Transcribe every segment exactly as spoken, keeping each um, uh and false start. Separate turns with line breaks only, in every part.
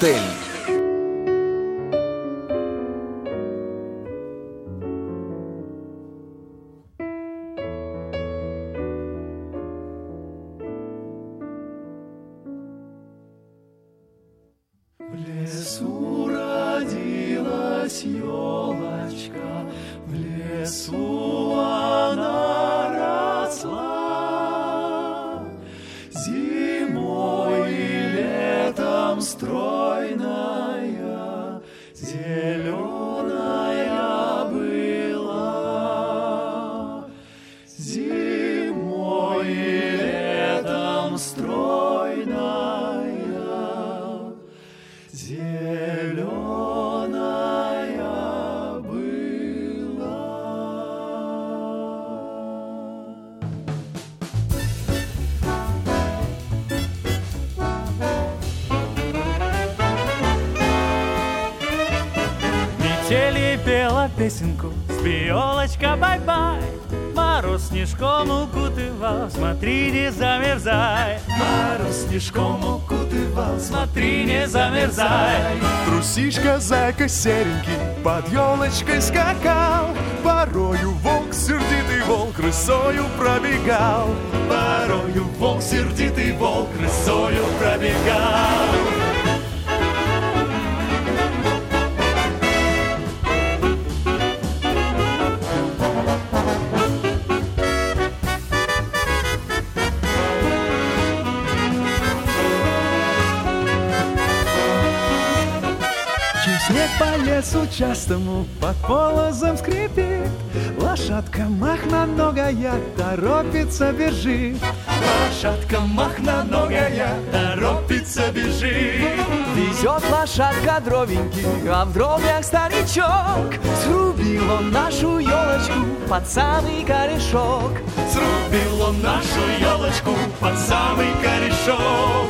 «Хит-коктейль».
В лесу родилась елочка, в лесу она росла. Зимой и летом стройная, зеленая была. Зимой и летом стройная, зеленая была. Метели пела песенку, спи, елочка, бай-бай. Мороз снежком укутывал, смотри, не замерзай. Мороз снежком укутывал, смотри, не замерзай.
Трусишка, зайка серенький, под елочкой скакал. Порою волк, сердитый волк, рысою пробегал.
Порою волк, сердитый волк, рысою пробегал.
Снег по лесу частому под полозом скрипит. Лошадка махноногая торопится бежит.
Лошадка махноногая торопится бежит.
Везет лошадка дровеньки, а в дровнях старичок. Срубил он нашу елочку под самый корешок.
Срубил он нашу елочку под самый корешок.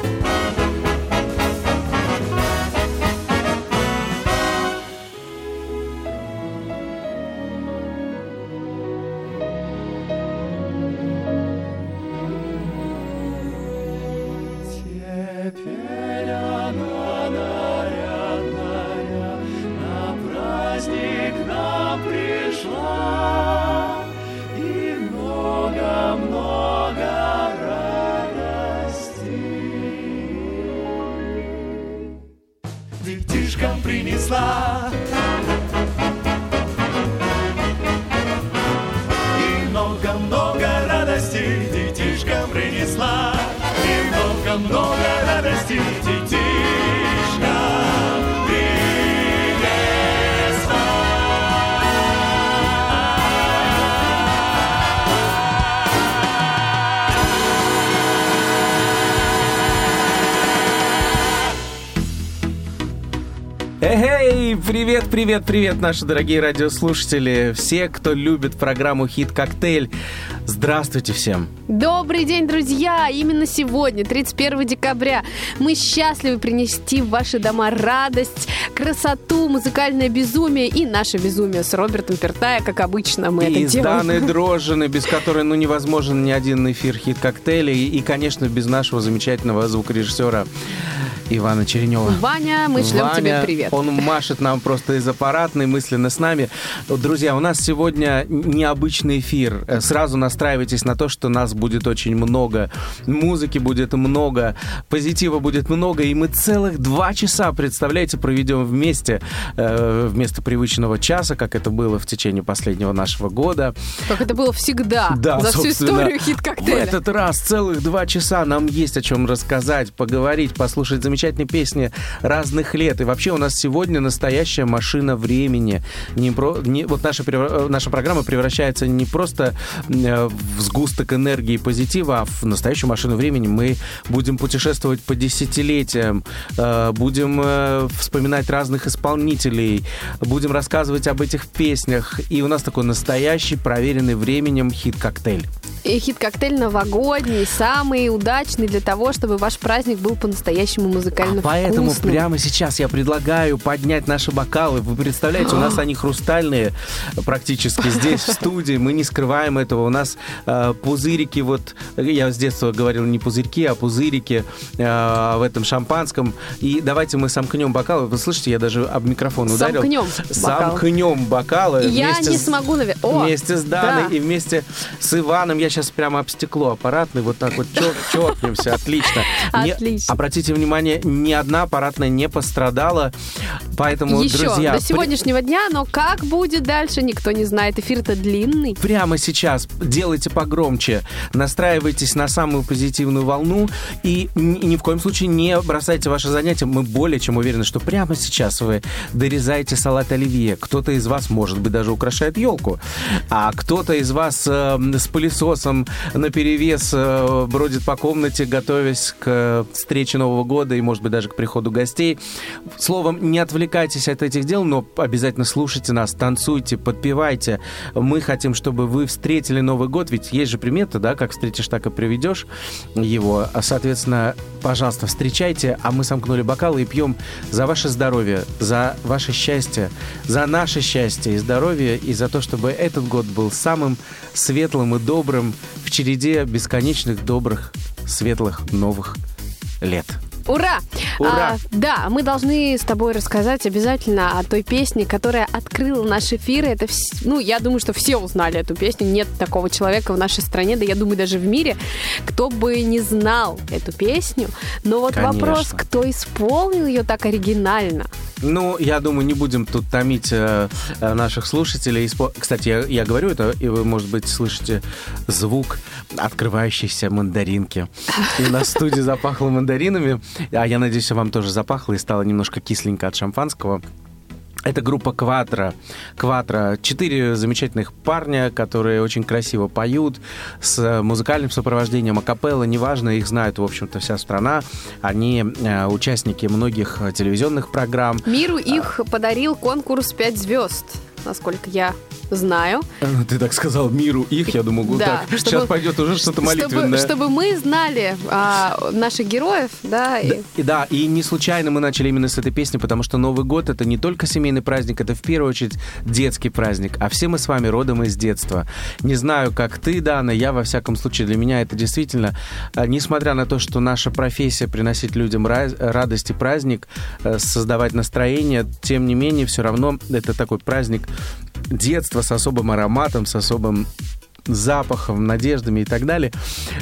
Теперь она нарядная на праздник нам пришла, и много-много радостей детишкам принесла. И много-много радостей детишкам принесла. И много-много радости детишка принесла.
Эй, привет, привет, привет, наши дорогие радиослушатели, все, кто любит программу «Хит-коктейль». Здравствуйте всем.
Добрый день, друзья! Именно сегодня, тридцать первого декабря, мы счастливы принести в ваши дома радость, красоту, музыкальное безумие и наше безумие с Робертом Пертая, как обычно мы
и
это делаем.
И с Даной Дрожжиной, без которой ну, невозможен ни один эфир «Хит-коктейля». И, и, конечно, без нашего замечательного звукорежиссера Ивана Черенева.
Ваня, мы шлем
Ваня,
тебе привет.
Он машет нам просто из аппаратной, мысленно с нами. Друзья, у нас сегодня необычный эфир. Сразу настраивайтесь на то, что нас будет очень много. Музыки будет много, позитива будет много. И мы целых два часа, представляете, проведем вместе, э, вместо привычного часа, как это было в течение последнего нашего года.
Как это было всегда,
да,
за всю историю «Хит-коктейля».
В этот раз целых два часа нам есть о чем рассказать, поговорить, послушать замечательные песни разных лет. И вообще у нас сегодня настоящая машина времени. Не про, не, вот наша, наша программа превращается не просто в сгусток энергии и позитива, а в настоящую машину времени. Мы будем путешествовать по десятилетиям, будем вспоминать разных исполнителей, будем рассказывать об этих песнях. И у нас такой настоящий, проверенный временем хит-коктейль.
И хит-коктейль новогодний, самый удачный для того, чтобы ваш праздник был по-настоящему музыкальным. музыкально
а поэтому
вкусным.
прямо сейчас я предлагаю поднять наши бокалы. Вы представляете, у нас они хрустальные практически здесь, в студии. Мы не скрываем этого. У нас э, пузырики, вот, я с детства говорил не пузырьки, а пузырики э, в этом шампанском. И давайте мы сомкнем бокалы. Вы слышите, я даже об микрофон ударил.
Сомкнем бокалы.
Сомкнем бокалы.
Я не
с,
смогу, наверное.
Вместе с Даной
да.
и вместе с Иваном. Я сейчас прямо об стекло аппаратный, вот так вот чокнемся. Отлично.
Отлично.
Обратите внимание, ни одна аппаратная не пострадала. Поэтому,
Еще
друзья...
до сегодняшнего при... дня, но как будет дальше, никто не знает. Эфир-то длинный.
Прямо сейчас делайте погромче, настраивайтесь на самую позитивную волну и ни в коем случае не бросайте ваши занятия. Мы более чем уверены, что прямо сейчас вы дорезаете салат оливье. Кто-то из вас, может быть, даже украшает елку, а кто-то из вас э, с пылесосом наперевес э, бродит по комнате, готовясь к встрече Нового года и, может быть, даже к приходу гостей. Словом, не отвлекайтесь от этих дел, но обязательно слушайте нас, танцуйте, подпевайте. Мы хотим, чтобы вы встретили Новый год, ведь есть же примета, да, как встретишь, так и приведешь его. Соответственно, пожалуйста, встречайте, а мы сомкнули бокалы и пьем за ваше здоровье, за ваше счастье, за наше счастье и здоровье, и за то, чтобы этот год был самым светлым и добрым в череде бесконечных добрых, светлых новых лет.
Ура!
Ура!
А, да, мы должны с тобой рассказать обязательно о той песне, которая открыла наш эфир. Это, вс... ну, я думаю, что все узнали эту песню. Нет такого человека в нашей стране, да я думаю, даже в мире, кто бы не знал эту песню. Но вот
Конечно.
Вопрос, кто исполнил ее так оригинально.
Ну, я думаю, не будем тут томить э, наших слушателей. Кстати, я, я говорю это, и вы, может быть, слышите звук открывающейся мандаринки. И на студии запахло мандаринами. А я надеюсь, вам тоже запахло и стало немножко кисленько от шампанского. Это группа «Кватро». «Кватро» — четыре замечательных парня, которые очень красиво поют, с музыкальным сопровождением, акапелла, неважно, их знает, в общем-то, вся страна. Они э, участники многих телевизионных программ.
Миру их подарил конкурс «Пять звезд», насколько я знаю.
Ты так сказал, миру их, я думаю,
да,
так,
чтобы,
сейчас пойдет уже что-то молитвенное.
Чтобы, чтобы мы знали а, наших героев, да. И...
Да, и, да, и не случайно мы начали именно с этой песни, потому что Новый год — это не только семейный праздник, это в первую очередь детский праздник, а все мы с вами родом из детства. Не знаю, как ты, Дана, я, во всяком случае, для меня это действительно, несмотря на то, что наша профессия — приносить людям радость и праздник, создавать настроение, тем не менее, все равно это такой праздник детства с особым ароматом, с особым запахом, надеждами и так далее.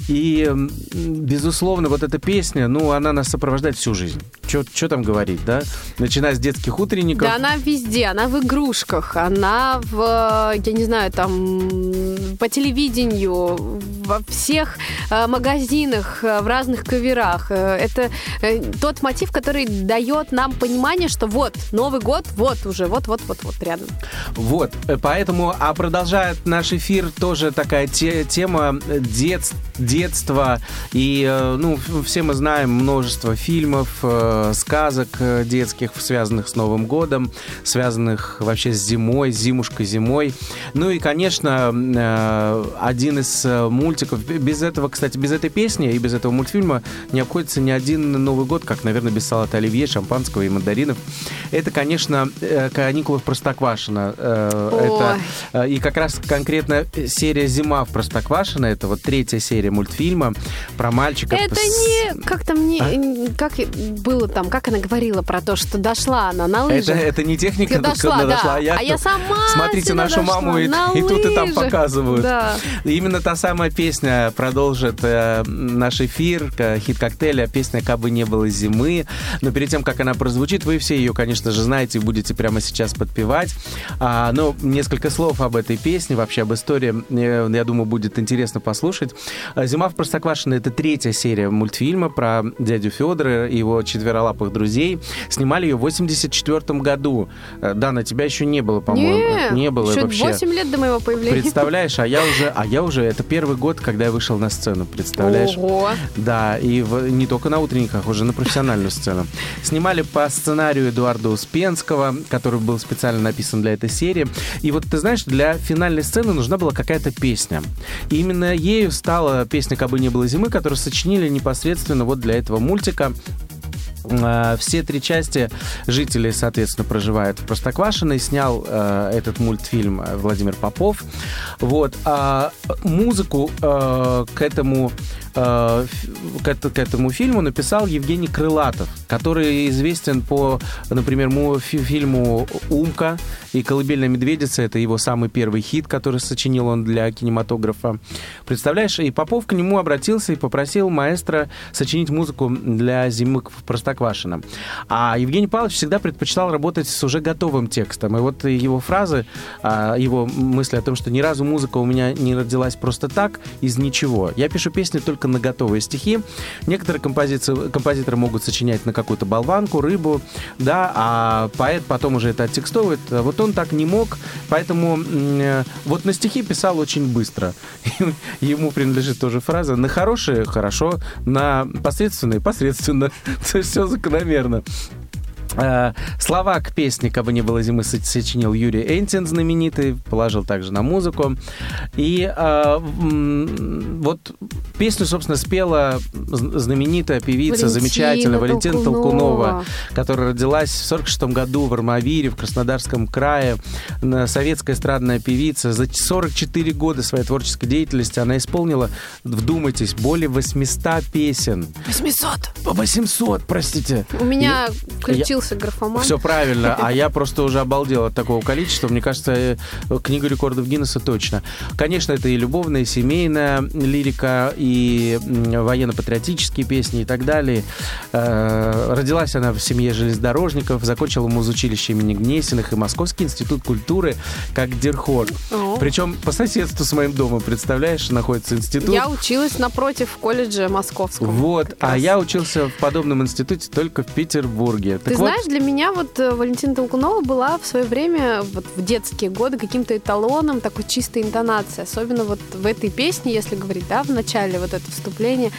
И, безусловно, вот эта песня, ну, она нас сопровождает всю жизнь. Что там говорить, да? Начиная с детских утренников.
Да, она везде, она в игрушках, она в, я не знаю, там, по телевидению, во всех магазинах, в разных каверах. Это тот мотив, который дает нам понимание, что вот, Новый год, вот уже, вот-вот-вот-вот рядом.
Вот, поэтому, а продолжает наш эфир тоже такая те, тема дет, детства. И, ну, все мы знаем множество фильмов, сказок детских, связанных с Новым годом, связанных вообще с зимой, с зимушкой, зимой. Ну и, конечно, один из мультиков. Без этого, кстати, без этой песни и без этого мультфильма не обходится ни один Новый год, как, наверное, без салата оливье, шампанского и мандаринов. Это, конечно, «Каникулы в Простоквашино». Это, и как раз конкретно серия «Зима в Простоквашино», это вот третья серия мультфильма про мальчика.
Это с... не... Как там не... А? Как было там, как она говорила про то, что дошла она на лыжах?
Это, это не техника,
дошла,
когда
да.
дошла, а я,
а я сама
смотрите нашу
дошла,
маму, и, и тут и там показывают.
Да.
Именно та самая песня продолжит э, наш эфир, хит коктейля, песня «Кабы не было зимы». Но перед тем, как она прозвучит, вы все ее, конечно же, знаете и будете прямо сейчас подпевать. А, но несколько слов об этой песне, вообще об истории, э, я думаю, будет интересно послушать. «Зима в Простоквашино» — это третья серия мультфильма про дядю Федора и его четверолапых друзей. Снимали ее в восемьдесят четвёртом году. Дана, тебя еще не было, по-моему.
Не,
не было
еще
вообще.
восемь лет до моего появления.
Представляешь, а я уже, а я уже, это первый год, когда я вышел на сцену, представляешь?
Ого!
Да, и в, не только на утренниках, уже на профессиональную сцену. Снимали по сценарию Эдуарда Успенского, который был специально написан для этой серии. И вот, ты знаешь, для финальной сцены нужна была какая-то песня. И именно ею стала песня «Кабы не было зимы», которую сочинили непосредственно вот для этого мультика. Все три части жители, соответственно, проживают в Простоквашино. Снял э, этот мультфильм Владимир Попов. Вот. А музыку э, к этому э, к, к этому фильму написал Евгений Крылатов, который известен по, например, му, фи, фильму «Умка» и «Колыбельная медведица». Это его самый первый хит, который сочинил он для кинематографа. Представляешь, и Попов к нему обратился и попросил маэстро сочинить музыку для «Зимы в Простоквашино». А Евгений Павлович всегда предпочитал работать с уже готовым текстом. И вот его фразы, его мысли о том, что ни разу музыка у меня не родилась просто так, из ничего. Я пишу песни только на готовые стихи. Некоторые композиции, композиторы могут сочинять на какую-то болванку, рыбу, да, а поэт потом уже это оттекстовывает. Вот он так не мог, поэтому вот на стихи писал очень быстро. Ему принадлежит тоже фраза: на хорошие — хорошо, на посредственные — посредственно. То есть все закономерно. Слова к песне «Кабы не было зимы» сочинил Юрий Энтин, знаменитый, положил также на музыку. И э, вот песню, собственно, спела знаменитая певица, Валентина замечательная Валентина Толкунова, Толкунова, которая родилась в сорок шестом году в Армавире, в Краснодарском крае. Советская эстрадная певица. За сорок четыре года своей творческой деятельности она исполнила, вдумайтесь, более восемьсот песен.
восемьсот!
восемьсот, простите.
У меня включился
Я...
графоман.
Все правильно, а я просто уже обалдел от такого количества. Мне кажется, книга рекордов Гиннесса точно. Конечно, это и любовная, и семейная лирика, и военно-патриотические песни и так далее. Родилась она в семье железнодорожников, закончила музучилище имени Гнесиных и Московский институт культуры как дирхор. О. Причем по соседству с моим домом, представляешь, находится институт.
Я училась напротив в колледже московском.
Вот, а я учился в подобном институте только в Петербурге.
Ты
так
знаешь,
вот...
для меня вот Валентина Толкунова была в свое время, вот в детские годы, каким-то эталоном такой чистой интонации. Особенно вот в этой песне, если говорить, да, в начале вот это вступление.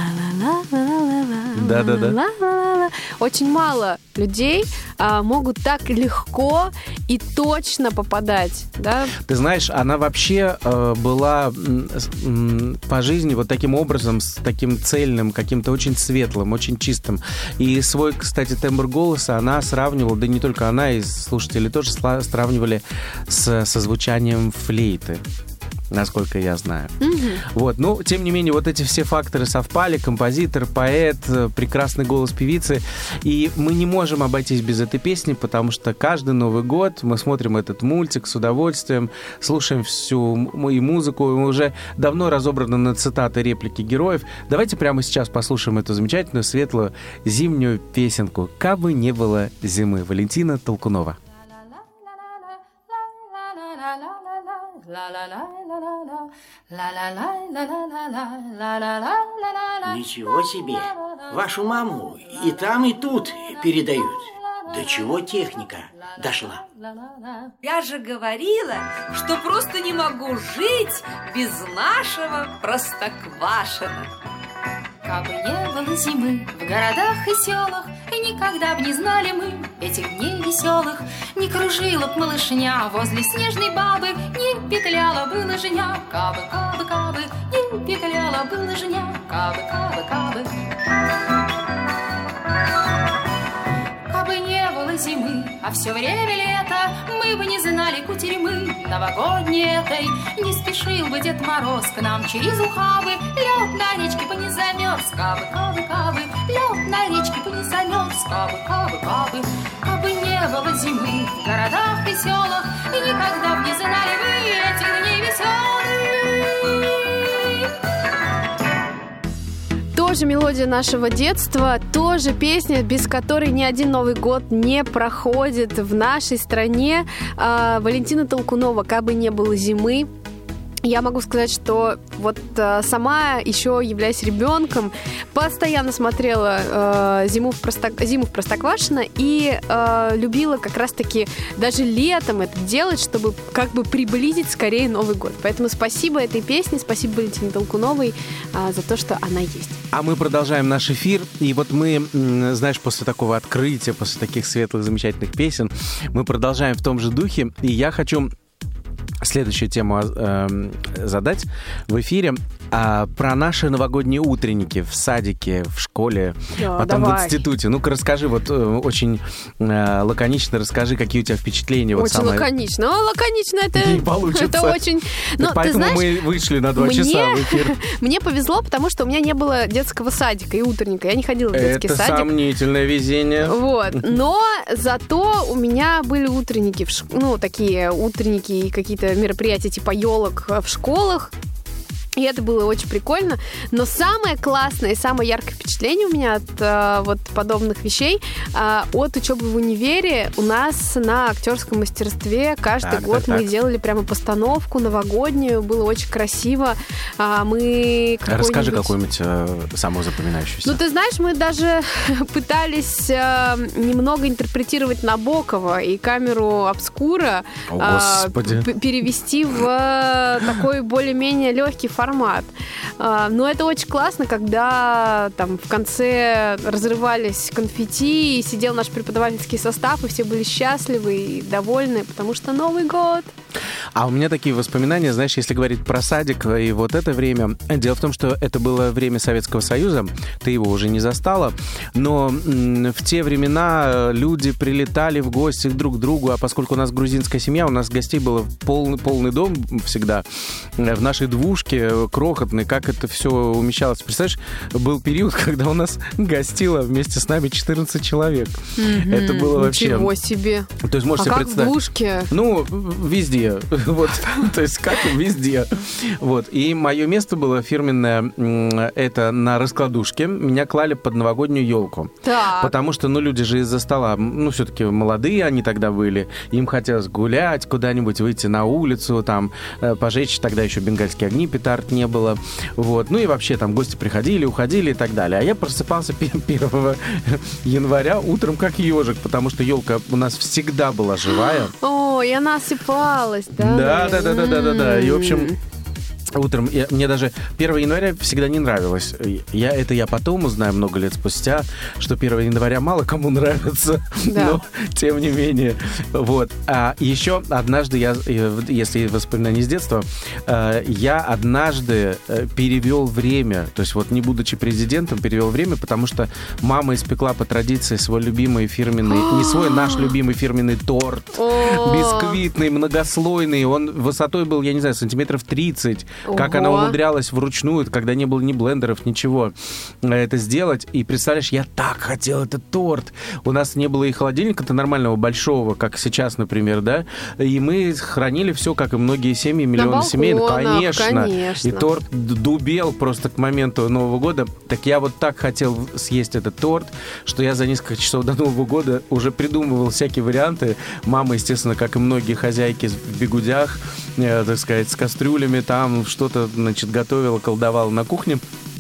Да-да-да.
Очень мало людей а, могут так легко и точно попадать, да?
Ты знаешь, она вообще э, была э, по жизни вот таким образом, с таким цельным, каким-то очень светлым, очень чистым. И свой, кстати, тембр голоса она сравнивала, да не только она, и слушатели тоже сравнивали с, со звучанием флейты, насколько я знаю. Mm-hmm. Вот, но, тем не менее, вот эти все факторы совпали. Композитор, поэт, прекрасный голос певицы. И мы не можем обойтись без этой песни, потому что каждый Новый год мы смотрим этот мультик с удовольствием, слушаем всю и музыку. Мы уже давно разобраны на цитаты, реплики героев. Давайте прямо сейчас послушаем эту замечательную, светлую зимнюю песенку «Кабы не было зимы». Валентина Толкунова.
Ничего себе! Вашу маму и там, и тут передают. До чего техника дошла?
Я же говорила, что просто не могу жить без нашего Простоквашино. Кабы не было зимы в городах и селах, и никогда б не знали мы этих дней веселых. Не кружила б малышня возле снежной бабы, не петляла бы лыжня. Кабы, кабы, кабы, не петляла бы лыжня. Кабы, кабы, кабы. Кабы не было зимы, а все время лето, мы бы не знали кутерьмы новогодней этой. Не спешил бы Дед Мороз к нам через ухабы, лед на речке бы не замерз. Кабы, кабы, кабы, лед на речке бы не замерз. Кабы, кабы, кабы, кабы не было зимы в городах и селах, и никогда б не знали вы этих дней веселых.
Тоже мелодия нашего детства, тоже песня, без которой ни один Новый год не проходит в нашей стране. А, Валентина Толкунова «Кабы не было зимы». Я могу сказать, что вот э, сама, еще являясь ребенком, постоянно смотрела э, зиму, в Просток... зиму в Простоквашино и э, любила как раз-таки даже летом это делать, чтобы как бы приблизить скорее Новый год. Поэтому спасибо этой песне, спасибо Валентине Толкуновой э, за то, что она есть.
А мы продолжаем наш эфир. И вот мы, знаешь, после такого открытия, после таких светлых, замечательных песен, мы продолжаем в том же духе. И я хочу следующую тему э, задать в эфире. А, про наши новогодние утренники в садике, в школе,
да,
потом
давай.
в институте. Ну-ка расскажи, вот э, очень э, лаконично расскажи, какие у тебя впечатления. Вот
очень
самое...
лаконично. О, лаконично это...
Не получится.
Это очень...
Но, поэтому ты знаешь, мы вышли на два
мне...
часа в эфир.
Мне повезло, потому что у меня не было детского садика и утренника. Я не ходила в детский
это
садик.
Это сомнительное везение.
Вот. Но зато у меня были утренники, в ш... ну, такие утренники и какие-то мероприятия типа елок в школах. И это было очень прикольно. Но самое классное и самое яркое впечатление у меня от э, вот подобных вещей э, от учебы в универе. У нас на актерском мастерстве каждый
так,
год
так,
мы
так.
делали прямо постановку новогоднюю. Было очень красиво. А мы
Расскажи какую-нибудь э, самую запоминающуюся.
Ну, ты знаешь, мы даже пытались э, немного интерпретировать Набокова и камеру обскура
О,
э,
Господи.
п- перевести в э, такой более-менее легкий формат. формат. Но это очень классно, когда там в конце разрывались конфетти, и сидел наш преподавательский состав, и все были счастливы и довольны, потому что Новый год.
А у меня такие воспоминания, знаешь, если говорить про садик и вот это время. Дело в том, что это было время Советского Союза, ты его уже не застала, но в те времена люди прилетали в гости друг к другу, а поскольку у нас грузинская семья, у нас гостей было полный, полный дом всегда, в нашей двушке крохотной, как это все умещалось. Представляешь, был период, когда у нас гостило вместе с нами четырнадцать человек. Mm-hmm. Это было вообще...
Ничего себе!
То есть, можете
а
себе
как в двушке?
Ну, везде. Вот, то есть как везде. Вот. И мое место было фирменное, это на раскладушке. Меня клали под новогоднюю елку.
Так.
Потому что, ну, люди же из-за стола, ну, все-таки молодые они тогда были. Им хотелось гулять, куда-нибудь выйти на улицу, там, пожечь. Тогда еще бенгальские огни, петард не было. Вот. Ну и вообще там гости приходили, уходили и так далее. А я просыпался первого января утром как ежик, потому что елка у нас всегда была живая.
О, и она осыпалась, да?
Да, да, да, да, да, да, да. И, в общем, утром я, мне даже первого января всегда не нравилось. Я, это я потом узнаю много лет спустя, что первого января мало кому нравится. Да. Но, тем не менее. Вот. А еще однажды я, если воспоминания с детства, я однажды перевел время, то есть вот не будучи президентом, перевел время, потому что мама испекла по традиции свой любимый фирменный, не свой, наш любимый фирменный торт, бисквитный, многослойный. Он высотой был, я не знаю, сантиметров тридцать.
Ого.
Как она умудрялась вручную, когда не было ни блендеров, ничего, это сделать. И представляешь, я так хотел этот торт. У нас не было и холодильника-то нормального, большого, как сейчас, например, да? И мы хранили все, как и многие семьи, миллионы семей. Конечно.
конечно.
И торт дубел просто к моменту Нового года. Так я вот так хотел съесть этот торт, что я за несколько часов до Нового года уже придумывал всякие варианты. Мама, естественно, как и многие хозяйки в бигудях, э, так сказать, с кастрюлями там, что-то, значит, готовила, колдовала на кухне.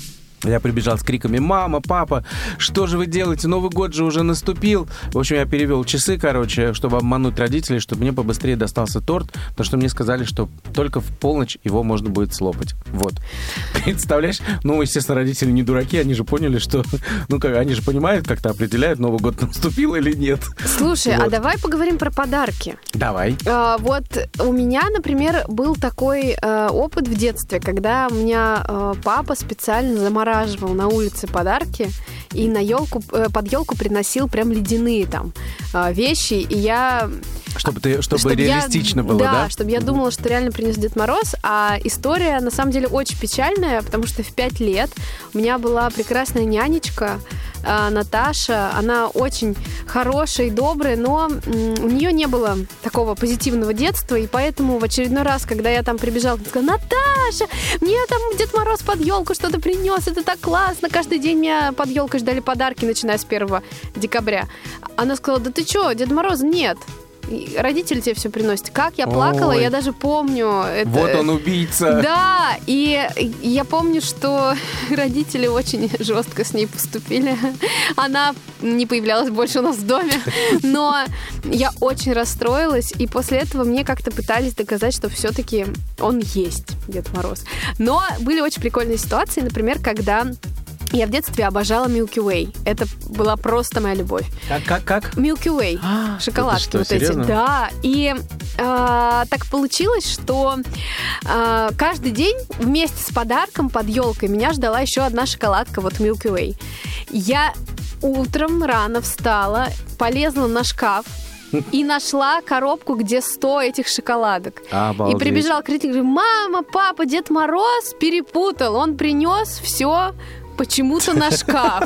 Я прибежал с криками: «Мама, папа, что же вы делаете? Новый год же уже наступил». В общем, я перевел часы, короче, чтобы обмануть родителей, чтобы мне побыстрее достался торт, потому что мне сказали, что только в полночь его можно будет слопать. Вот. Представляешь? Ну, естественно, родители не дураки, они же поняли, что... Ну, как, они же понимают, как-то определяют, Новый год наступил или нет.
Слушай,
вот.
А давай поговорим про подарки.
Давай.
А, вот у меня, например, был такой а, опыт в детстве, когда у меня а, папа специально замораживал на улице подарки и на елку, под елку приносил прям ледяные там вещи, и я...
Чтобы, ты, чтобы, чтобы реалистично
я,
было, да?
Да, чтобы я думала, что реально принес Дед Мороз, а история на самом деле очень печальная, потому что в пять лет у меня была прекрасная нянечка, Наташа, она очень хорошая и добрая, но у нее не было такого позитивного детства, и поэтому в очередной раз, когда я там прибежала, она сказала: «Наташа, мне там Дед Мороз под елку что-то принес, это так классно, каждый день меня под елкой ждали подарки, начиная с первого декабря». Она сказала: «Да ты что, Деда Мороза нет». И родители тебе все приносят. Как я плакала,
Ой.
Я даже помню. Это...
Вот он, убийца.
Да, и я помню, что родители очень жестко с ней поступили. Она не появлялась больше у нас в доме, но я очень расстроилась, и после этого мне как-то пытались доказать, что все-таки он есть, Дед Мороз. Но были очень прикольные ситуации, например, когда Я в детстве обожала Milky Way. Это была просто моя любовь.
Как, как, как?
Milky Way.
А,
шоколадки
что,
вот
серьезно?
эти. Да. И э, так получилось, что э, каждый день вместе с подарком под елкой меня ждала еще одна шоколадка, вот Milky Way. Я утром рано встала, полезла на шкаф и нашла коробку, где сто этих шоколадок.
Обалдеть.
И прибежал критик, говорит: мама, папа, Дед Мороз перепутал, он принес все почему-то на шкаф.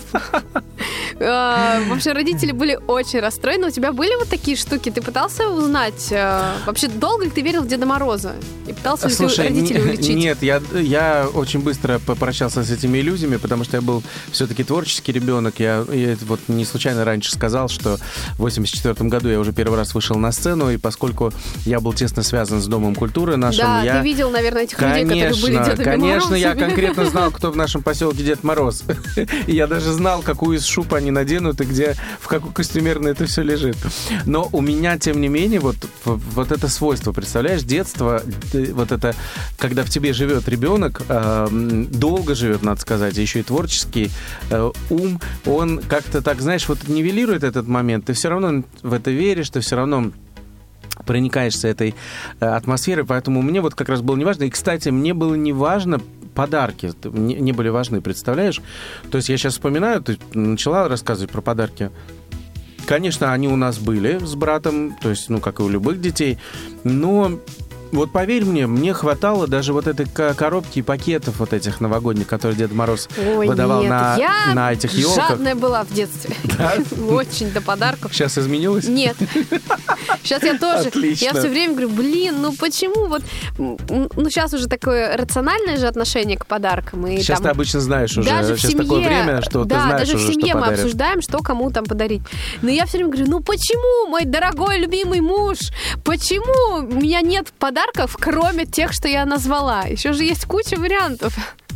Вообще, родители были очень расстроены. У тебя были вот такие штуки? Ты пытался узнать? Вообще, долго ли ты верил в Деда Мороза? И пытался ли ты родителей уличить?
Нет, я, я очень быстро попрощался с этими иллюзиями, потому что я был все-таки творческий ребенок. Я, я вот не случайно раньше сказал, что в восемьдесят четвёртом году я уже первый раз вышел на сцену, и поскольку я был тесно связан с Домом культуры нашим,
да,
я...
ты видел, наверное, этих
конечно,
людей, которые были Дедами
Конечно,
Морозами.
я конкретно знал, кто в нашем поселке Дед Мороз. И я даже знал, какую из шуб они наденут и где, в какой костюмерной это все лежит. Но у меня, тем не менее, вот, вот это свойство, представляешь, детство, вот это, когда в тебе живет ребенок, э, долго живет, надо сказать, еще и творческий э, ум, он как-то так, знаешь, вот нивелирует этот момент. Ты все равно в это веришь, ты все равно проникаешься этой э, атмосферой, поэтому мне вот как раз было неважно. И, кстати, мне было неважно подарки, не, не были важны, представляешь? То есть я сейчас вспоминаю, ты начала рассказывать про подарки. Конечно, они у нас были с братом, то есть, ну, как и у любых детей, но... Вот поверь мне, мне хватало даже вот этой коробки и пакетов вот этих новогодних, которые Дед Мороз
Ой,
выдавал
нет,
на,
я
на этих елках.
жадная была в детстве.
Да?
Очень до подарков.
Сейчас изменилось?
Нет. Сейчас я тоже.
Отлично.
Я все время говорю, блин, ну почему вот... Ну, сейчас уже такое рациональное же отношение к подаркам. И
сейчас
там,
ты обычно знаешь уже.
даже
Сейчас
в семье,
такое время, что
да,
ты знаешь
даже
уже,
в семье
что
мы
подарят.
обсуждаем, что кому там подарить. Но я все время говорю, ну почему, мой дорогой любимый муж, почему у меня нет подарков, кроме тех, что я назвала? Еще же есть куча вариантов.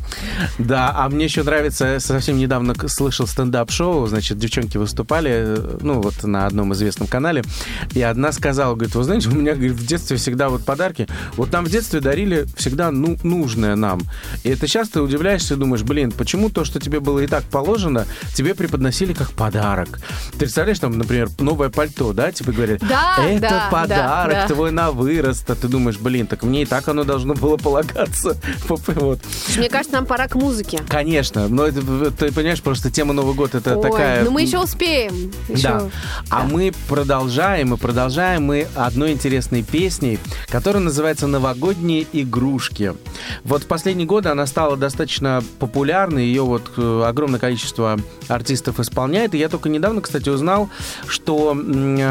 Да, а мне еще нравится, совсем недавно слышал стендап-шоу, значит, девчонки выступали, ну, вот на одном известном канале, и одна сказала, говорит, вы знаете, у меня, говорит, в детстве всегда вот подарки, вот нам в детстве дарили всегда ну, нужное нам. И это часто ты удивляешься и думаешь, блин, почему то, что тебе было и так положено, тебе преподносили как подарок? Ты представляешь, там, например, новое пальто, да, тебе говорят,
да,
это
да,
подарок
да, да.
твой на вырост, а ты думаешь, блин, так мне и так оно должно было полагаться. Вот.
Мне кажется, нам пора к музыке.
Конечно, но это, ты понимаешь, просто тема Новый год это
Ой,
такая...
ну мы еще успеем. Еще...
Да. А мы продолжаем, и продолжаем мы одной интересной песней, которая называется «Новогодние игрушки». Вот в последние годы она стала достаточно популярной, ее вот огромное количество артистов исполняет, и я только недавно, кстати, узнал, что э,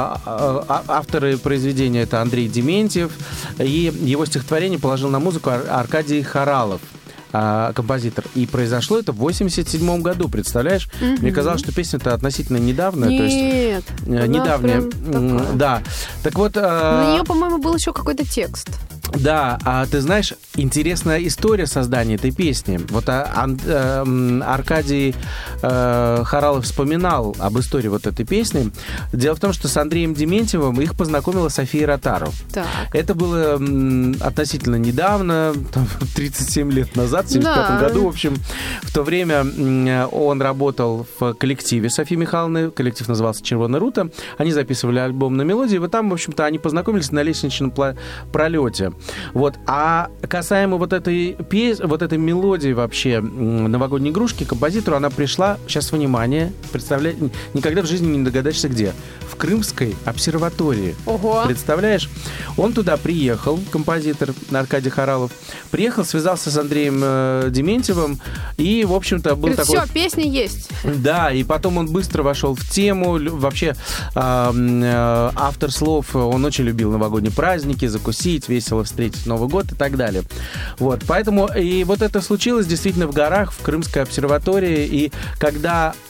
авторы произведения это Андрей Дементьев, и его стихотворение положил на музыку Аркадий Хоралов, композитор. И произошло это в восемьдесят седьмом году, представляешь? Mm-hmm. Мне казалось, что песня-то относительно недавняя.
Нет,
то есть, недавняя. Да. Так вот...
На нее, по-моему, был еще какой-то текст.
Да, а ты знаешь, интересная история создания этой песни. Вот а, а, Аркадий а, Хоралов вспоминал об истории вот этой песни. Дело в том, что с Андреем Дементьевым их познакомила София Ротару.
Так.
Это было м, относительно недавно, там, тридцать семь лет назад, в семьдесят пятом году, в общем. В то время м, он работал в коллективе Софьи Михайловны, коллектив назывался «Червоная рута». Они записывали альбом на мелодии, и вот там, в общем-то, они познакомились на лестничном пролете. Вот. А касаемо вот этой песни, вот этой мелодии вообще новогодней игрушки, композитору она пришла, сейчас внимание, представляете, никогда в жизни не догадаешься где. В Крымской обсерватории.
Ого.
Представляешь? Он туда приехал, композитор Аркадий Хоралов, приехал, связался с Андреем э, Дементьевым, и, в общем-то, был
Говорит,
такой...
все, песня есть.
Да, и потом он быстро вошел в тему. Вообще, э, э, автор слов, он очень любил новогодние праздники, закусить, весело встретить Новый год и так далее. Вот, поэтому и вот это случилось действительно в горах, в Крымской обсерватории, и когда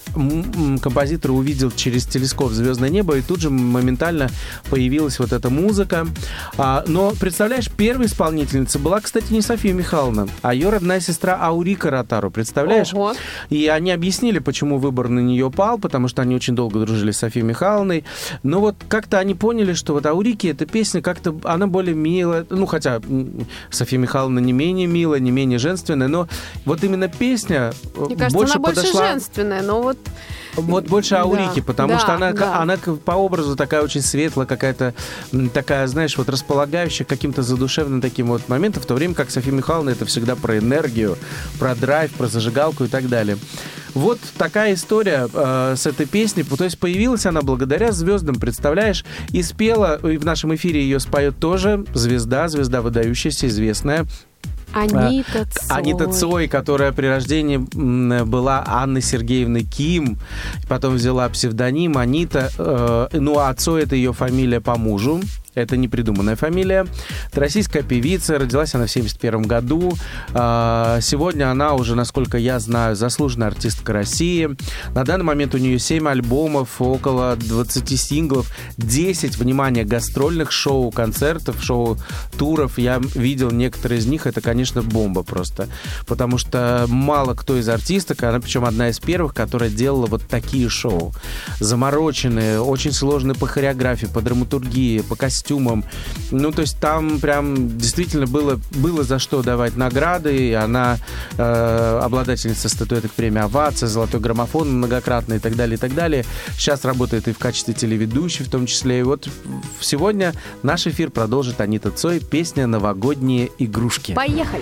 композитор увидел через телескоп звездное небо, и тут же моментально появилась вот эта музыка. А, но, представляешь, первой исполнительницей была, кстати, не София Михайловна, а ее родная сестра Аурика Ротару, представляешь?
Ого.
И они объяснили, почему выбор на нее пал, потому что они очень долго дружили с Софией Михайловной. Но вот как-то они поняли, что вот Аурики эта песня как-то, она более милая, ну, хотя София Михайловна не менее милая, не менее женственная, но вот именно песня
Мне кажется,
больше
она больше
подошла...
женственная, но вот...
Вот больше Аурики,
да,
потому
да,
что она,
да.
она по образу такая очень светлая, какая-то такая, знаешь, вот располагающая к каким-то задушевным таким вот моментам, в то время как София Михайловна это всегда про энергию, про драйв, про зажигалку и так далее. Вот такая история э, с этой песней. То есть появилась она благодаря звездам, представляешь, и спела, и в нашем эфире ее споет тоже звезда, звезда выдающаяся, известная.
Анита Цой.
Анита Цой, которая при рождении была Анной Сергеевной Ким, потом взяла псевдоним Анита. Э, ну, а Цой — это ее фамилия по мужу. Это не придуманная фамилия. Это российская певица. Родилась она в семьдесят первом году. Сегодня она уже, насколько я знаю, заслуженная артистка России. На данный момент у нее семь альбомов, около двадцать синглов, десять, внимание, гастрольных шоу, концертов, шоу-туров. Я видел некоторые из них. Это, конечно, бомба просто. Потому что мало кто из артисток, она причем одна из первых, которая делала вот такие шоу. Замороченные, очень сложные по хореографии, по драматургии, по костюмам. Ну, то есть там прям действительно было, было за что давать награды. И она э, обладательница статуэток премии «Овация», «Золотой граммофон» многократно и так далее, и так далее. Сейчас работает и в качестве телеведущей в том числе. И вот сегодня наш эфир продолжит Анита Цой, песня «Новогодние игрушки».
Поехали!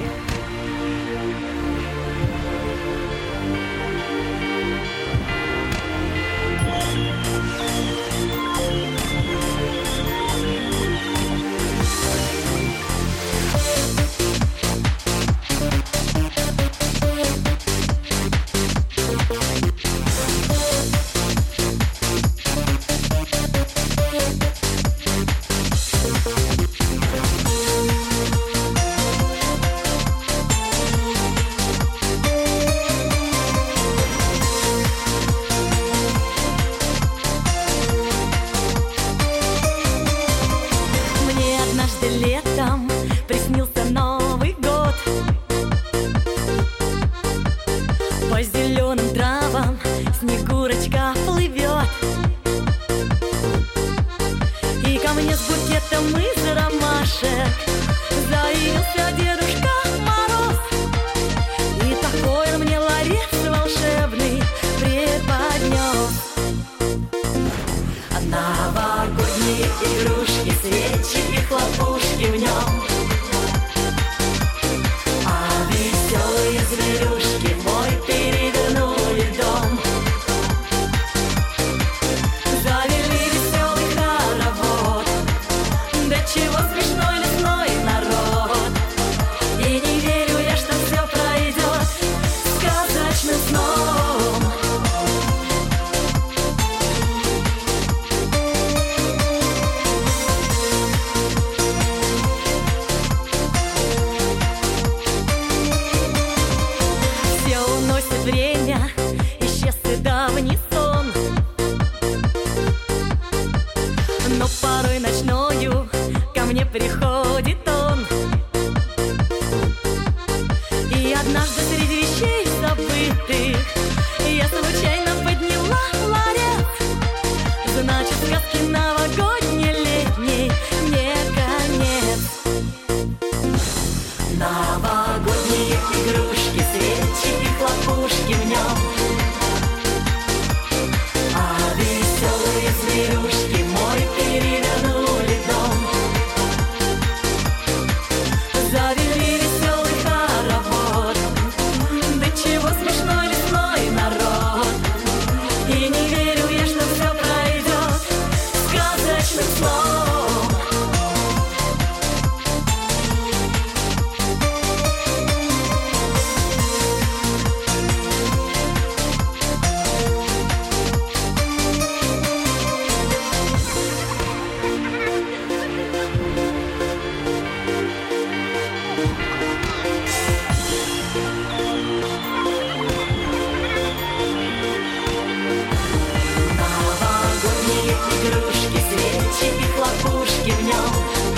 игрушки, свечи и хлопушки в нем.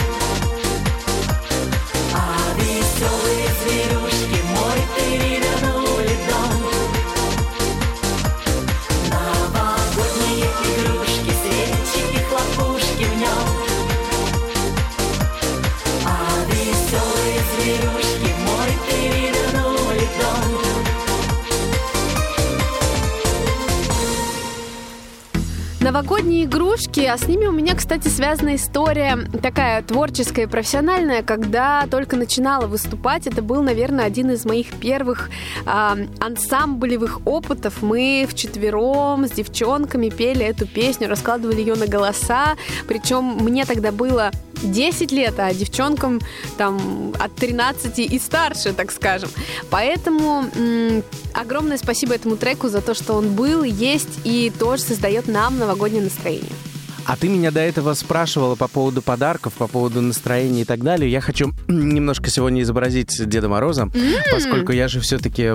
А веселые зверюшки мой перевернули дом. Новогодние игрушки, свечи и хлопушки в нем. А веселые зверюшки мой перевернули дом.
Новогодние игрушки, а с ними у меня, кстати, связана история такая творческая и профессиональная, когда только начинала выступать. Это был, наверное, один из моих первых э, ансамблевых опытов. Мы вчетвером с девчонками пели эту песню, раскладывали ее на голоса. Причем мне тогда было десять лет, а девчонкам там от тринадцати и старше, так скажем. Поэтому м- огромное спасибо этому треку за то, что он был, есть и тоже создает нам новогоднее настроение.
А ты меня до этого спрашивала по поводу подарков, по поводу настроения и так далее. Я хочу немножко сегодня изобразить Деда Мороза, mm. поскольку я же все-таки,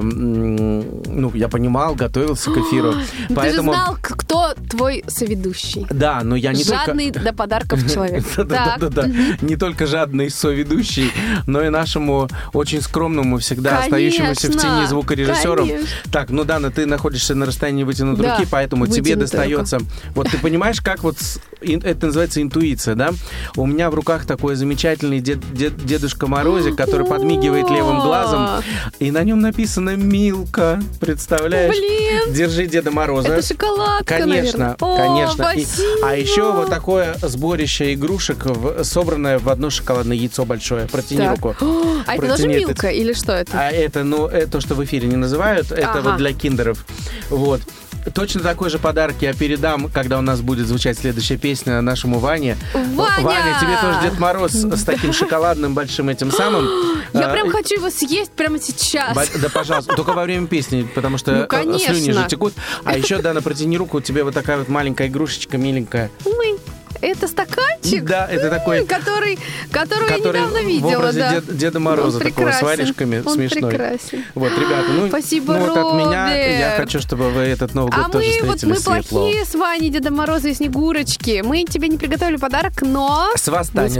ну, я понимал, готовился к эфиру.
Поэтому... Ты же знал, кто твой соведущий.
Да, но я не
жадный
только...
до подарков человек.
Да-да-да. Не только жадный соведущий, но и нашему очень скромному, всегда остающемуся в тени звукорежиссеру. Так, ну, Дана, ты находишься на расстоянии вытянутой руки, поэтому тебе достается... Вот ты понимаешь, как вот... Это называется интуиция, да? У меня в руках такой замечательный дед, дед, Дедушка Морозик, который подмигивает левым глазом, и на нем написано «Милка». Представляешь?
Блин!
Держи Деда Мороза.
Это шоколадка,
конечно,
наверное.
конечно.
О,
и, а еще вот такое сборище игрушек, в, собранное в одно шоколадное яйцо большое. Протяни
так.
руку.
А это тоже Милка или что это?
А это, ну, это то, что в эфире не называют, это
ага.
вот для киндеров. Вот. Точно такой же подарок я передам, когда у нас будет звучать следующая песня нашему Ване.
Ваня!
Ваня, тебе тоже Дед Мороз с таким шоколадным большим этим самым.
Я прям хочу его съесть прямо сейчас.
Да, пожалуйста, только во время песни, потому что
ну,
слюни же текут. А еще, Дана, протяни руку, у тебя вот такая вот маленькая игрушечка, миленькая.
Мы. Это стаканчик?
Да, это такой...
Который, которого
который
я недавно видела,
в образе
да.
Дед, Деда Мороза,
он
такого с варежками
он
смешной.
прекрасен.
Вот, ребята, ну,
спасибо,
ну вот от меня
Роберт.
Я хочу, чтобы вы этот Новый год
а
тоже
мы,
встретили
вот, мы
светло.
плохие с Ваней, Деда Мороза и Снегурочки. Мы тебе не приготовили подарок, но...
С вас танец.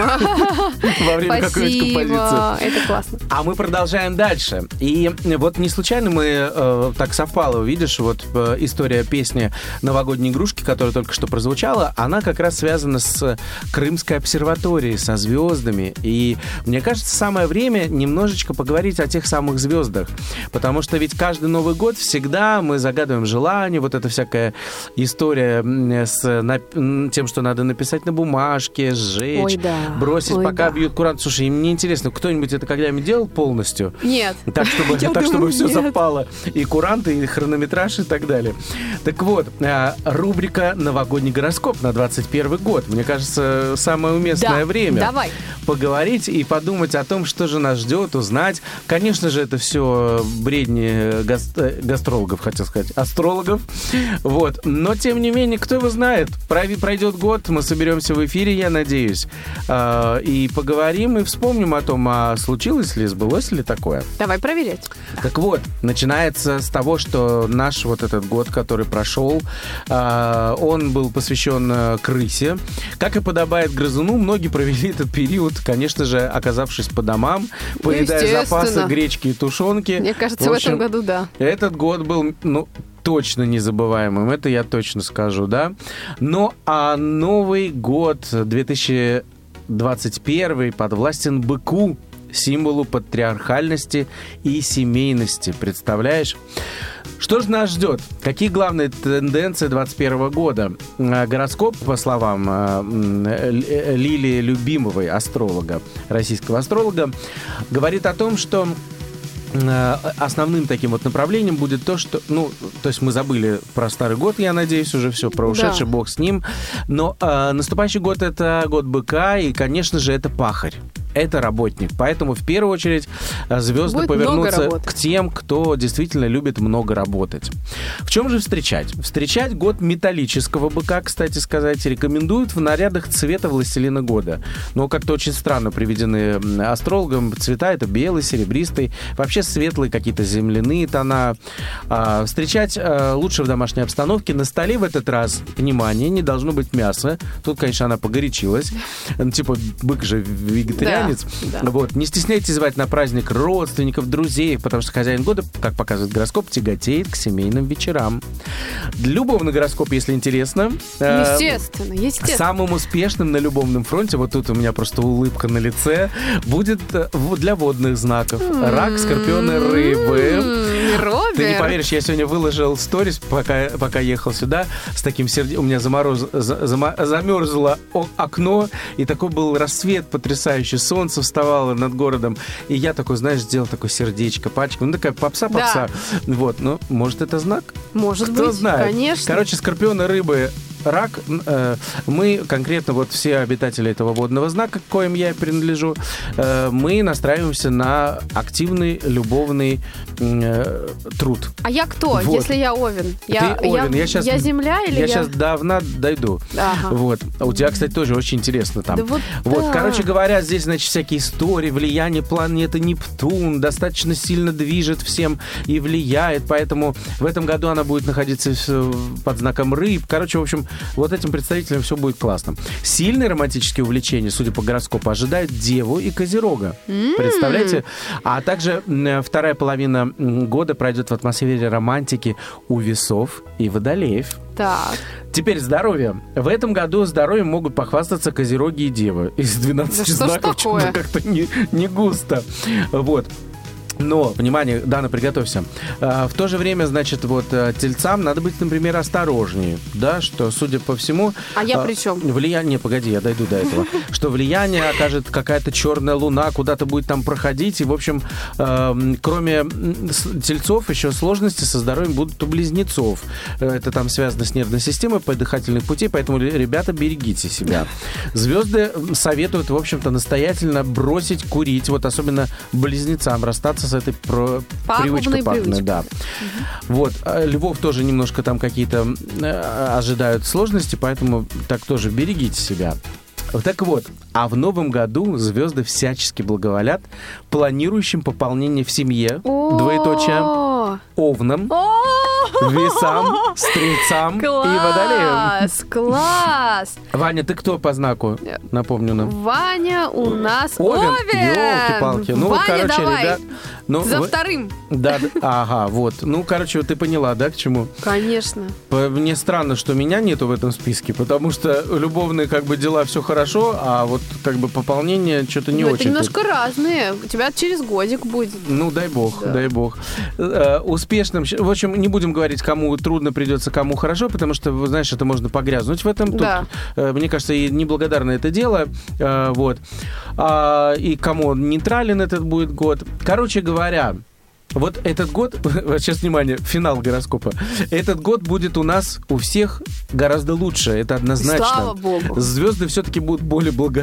Во время какой-нибудь композиции.
Это классно.
А мы продолжаем дальше. И вот не случайно мы э, так совпало, видишь, вот э, история песни «Новогодние игрушки», которая только что прозвучала, она как раз связана с Крымской обсерваторией, со звездами. И мне кажется, самое время немножечко поговорить о тех самых звездах. Потому что ведь каждый Новый год всегда мы загадываем желание, вот эта всякая история с на, тем, что надо написать на бумажке, сжечь,
Ой, да.
бросить,
Ой,
пока
да.
бьют курант. Слушай, мне интересно, кто-нибудь это когда-нибудь делал полностью?
Нет.
Так, чтобы, так,
думаю,
чтобы все
нет.
совпало. И куранты, и хронометраж, и так далее. Так вот, рубрика «Новогодний гороскоп» на двадцать первый год. Мне кажется, самое уместное
да,
время
давай.
поговорить и подумать о том, что же нас ждет, узнать. Конечно же, это все бредни гаст- гастрологов, хотел сказать, астрологов. Вот. Но, тем не менее, кто его знает? Пройдет год, мы соберемся в эфире, я надеюсь, и поговорим, и вспомним о том, а случилось ли, сбылось ли такое.
Давай проверять.
Так вот, начинается с того, что наш вот этот год, который прошел, он был посвящен крысе. Как и подобает грызуну, многие провели этот период, конечно же, оказавшись по домам, поедая запасы гречки и тушенки.
Мне кажется, в, общем, в этом году, да.
Этот год был, ну, точно незабываемым, это я точно скажу, да. Но а Новый год две тысячи двадцать первый подвластен быку, символу патриархальности и семейности. Представляешь? Что же нас ждет? Какие главные тенденции двадцать первого года? Гороскоп, по словам Лилии Любимовой, астролога, российского астролога, говорит о том, что основным таким вот направлением будет то, что, ну, то есть мы забыли про старый год, я надеюсь, уже все, про ушедший, да. Бог с ним, но э, наступающий год — это год быка, и, конечно же, это пахарь. это работник. Поэтому в первую очередь звезды
Будет
повернутся к тем, кто действительно любит много работать. В чем же встречать? Встречать год металлического быка, кстати сказать, рекомендуют в нарядах цвета властелина года. Но как-то очень странно приведены астрологом цвета. Это белый, серебристый, вообще светлые какие-то земляные тона. А, встречать а, лучше в домашней обстановке. На столе в этот раз, внимание, не должно быть мяса. Тут, конечно, она погорячилась. Типа, бык же вегетарианец.
Да, да.
Вот. Не стесняйтесь звать на праздник родственников, друзей, потому что хозяин года, как показывает гороскоп, тяготеет к семейным вечерам. Любовный гороскоп, если интересно.
Естественно, естественно.
Самым успешным на любовном фронте, вот тут у меня просто улыбка на лице, будет для водных знаков. Рак, скорпионы, рыбы.
Роберт.
Ты не поверишь, я сегодня выложил сторис, пока, пока ехал сюда, с таким сердечком. У меня замороз... зам... замерзло окно, и такой был рассвет потрясающий. Солнце вставало над городом. И я такой, знаешь, сделал такое сердечко, пальчиком. Ну, такая попса-попса. Да. Вот, ну, может, это знак?
Может
Кто
быть,
знает.
Конечно.
Короче, скорпионы, рыбы, рак. Э, мы, конкретно вот все обитатели этого водного знака, к коим я принадлежу, э, мы настраиваемся на активный любовный э, труд.
А я кто,
Вот.
если я Овен? Я,
Ты Овен.
Я,
Я, щас,
я земля или
я?
я...
сейчас давно дойду.
Ага.
Вот. А у тебя, кстати, тоже очень интересно там.
Да вот
вот,
да.
короче говоря, здесь, значит, всякие истории, влияние планеты Нептун достаточно сильно движет всем и влияет, поэтому в этом году она будет находиться под знаком рыб. Короче, в общем, вот этим представителям все будет классно. Сильные романтические увлечения, судя по гороскопу, ожидают Деву и Козерога. Mm-hmm. Представляете? А также вторая половина года пройдет в атмосфере романтики у Весов и Водолеев.
Так.
Теперь здоровье. В этом году здоровьем могут похвастаться Козероги и Девы. Из двенадцати
да
знаков что-то как-то не, не густо. Вот. Но, внимание, Дана, приготовься. В то же время, значит, вот тельцам надо быть, например, осторожнее, да, что, судя по всему...
А я при чем?
Влияние... Не, погоди, я дойду до этого. Что влияние окажет какая-то черная луна, куда-то будет там проходить, и, в общем, кроме тельцов, еще сложности со здоровьем будут у близнецов. Это там связано с нервной системой, по дыхательных путей, поэтому, ребята, берегите себя. Звезды советуют, в общем-то, настоятельно бросить курить, вот особенно близнецам, расстаться с этой про... привычкой пагубной, да. Угу. Вот. Львов тоже немножко там какие-то э, ожидают сложности, поэтому так тоже берегите себя. Так вот, а в новом году звезды всячески благоволят планирующим пополнение в семье, двоеточие, овнам, Весам, Стрельцам и Водолеям.
Класс, класс.
Ваня, ты кто по знаку? Напомню нам.
Ваня у нас
Овен.
Овен.
Ёлки-палки. Ну,
Ваня,
короче,
давай.
ребят... Ну,
За
вы...
вторым.
Да, ага, вот. Ну, короче, ты поняла, да, к чему?
Конечно.
Мне странно, что меня нету в этом списке, потому что любовные как бы дела все хорошо, а вот как бы пополнение что-то не
ну,
очень.
Это немножко тут. Разные. У тебя через годик будет.
Ну, дай бог,
да.
дай бог. Э, успешным... В общем, не будем говорить, кому трудно придется, кому хорошо, потому что, знаешь, это можно погрязнуть в этом.
Да.
Тут, э, мне кажется, и неблагодарное это дело. Э, вот. А, и кому нейтрален этот будет год. Короче говоря, вот этот год, сейчас внимание, финал гороскопа, этот год будет у нас у всех гораздо лучше, это однозначно.
Слава богу.
Звезды все-таки будут более благо,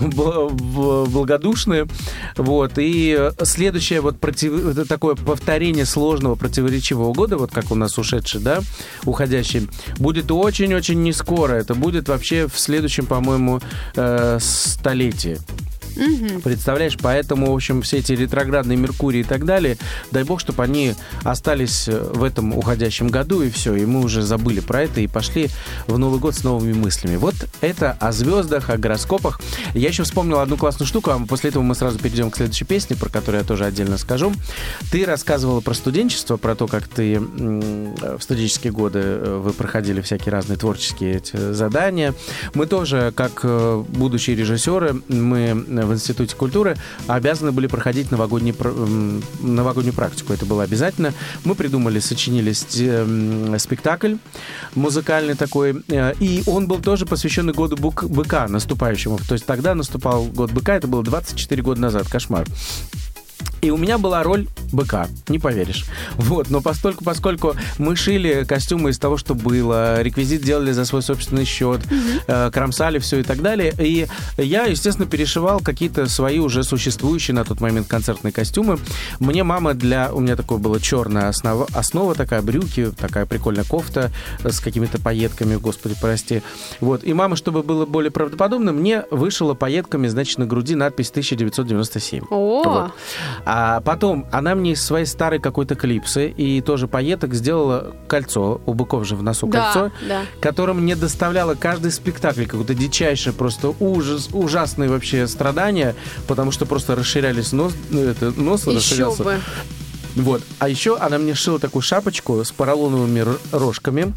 благодушные. Вот. И следующее вот против, это такое повторение сложного противоречивого года, вот как у нас ушедший, да, уходящий, будет очень-очень не скоро. Это будет вообще в следующем, по-моему, э, столетии.
Угу.
Представляешь, поэтому, в общем, все эти ретроградные Меркурии и так далее, дай бог, чтобы они остались в этом уходящем году, и все, и мы уже забыли про это и пошли в Новый год с новыми мыслями. Вот это о звездах, о гороскопах. Я еще вспомнил одну классную штуку, а после этого мы сразу перейдем к следующей песне, про которую я тоже отдельно скажу. Ты рассказывала про студенчество, про то, как ты в студенческие годы вы проходили всякие разные творческие эти задания. Мы тоже, как будущие режиссеры, мы в Институте культуры обязаны были проходить новогодний, новогоднюю практику. Это было обязательно. Мы придумали, сочинили спектакль музыкальный такой, и он был тоже посвящен году быка наступающему. То есть тогда наступал год быка, это было двадцать четыре года назад. Кошмар. И у меня была роль быка, не поверишь. Вот, но постольку, поскольку мы шили костюмы из того, что было, реквизит делали за свой собственный счет, mm-hmm. э, кромсали все и так далее, и я, естественно, перешивал какие-то свои уже существующие на тот момент концертные костюмы. Мне мама для... У меня такое было черная основа, основа такая, брюки, такая прикольная кофта с какими-то пайетками, господи, прости. Вот, и мама, чтобы было более правдоподобно, мне вышила пайетками, значит, на груди надпись тысяча девятьсот девяносто семь.
О!
Вот. А потом она мне из своей старой какой-то клипсы и тоже пайеток сделала кольцо, у быков же в носу
да,
кольцо,
да.
которое мне доставляло каждый спектакль какой-то дичайший, просто ужас, ужасные вообще страдания, потому что просто расширялись нос, это, нос
Еще
расширялся.
бы.
Вот. А еще она мне шила такую шапочку с поролоновыми рожками.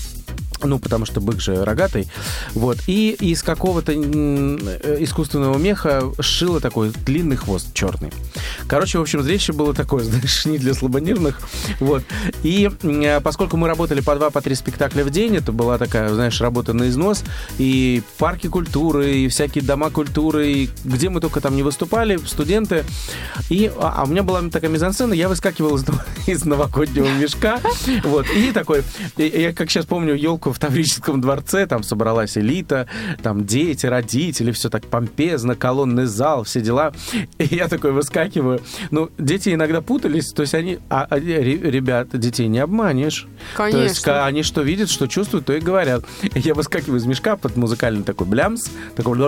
Ну, потому что бык же рогатый. Вот. И из какого-то искусственного меха сшила такой длинный хвост черный. Короче, в общем, зрелище было такое, знаешь, не для слабонервных. Вот. И поскольку мы работали по два, по три спектакля в день, это была такая, знаешь, работа на износ. И парки культуры, и всякие дома культуры, и где мы только там не выступали, студенты. И, а, а у меня была такая мизансцена, я выскакивал из, из новогоднего мешка. Вот. И такой, я как сейчас помню, елку в Таврическом дворце, там собралась элита, там дети, родители, все так помпезно, колонный зал, все дела. И я такой выскакиваю. Ну, дети иногда путались, то есть они... А, а ребят, детей не обманешь.
Конечно.
То есть они что видят, что чувствуют, то и говорят. И я выскакиваю из мешка под музыкальный такой блямс, такой...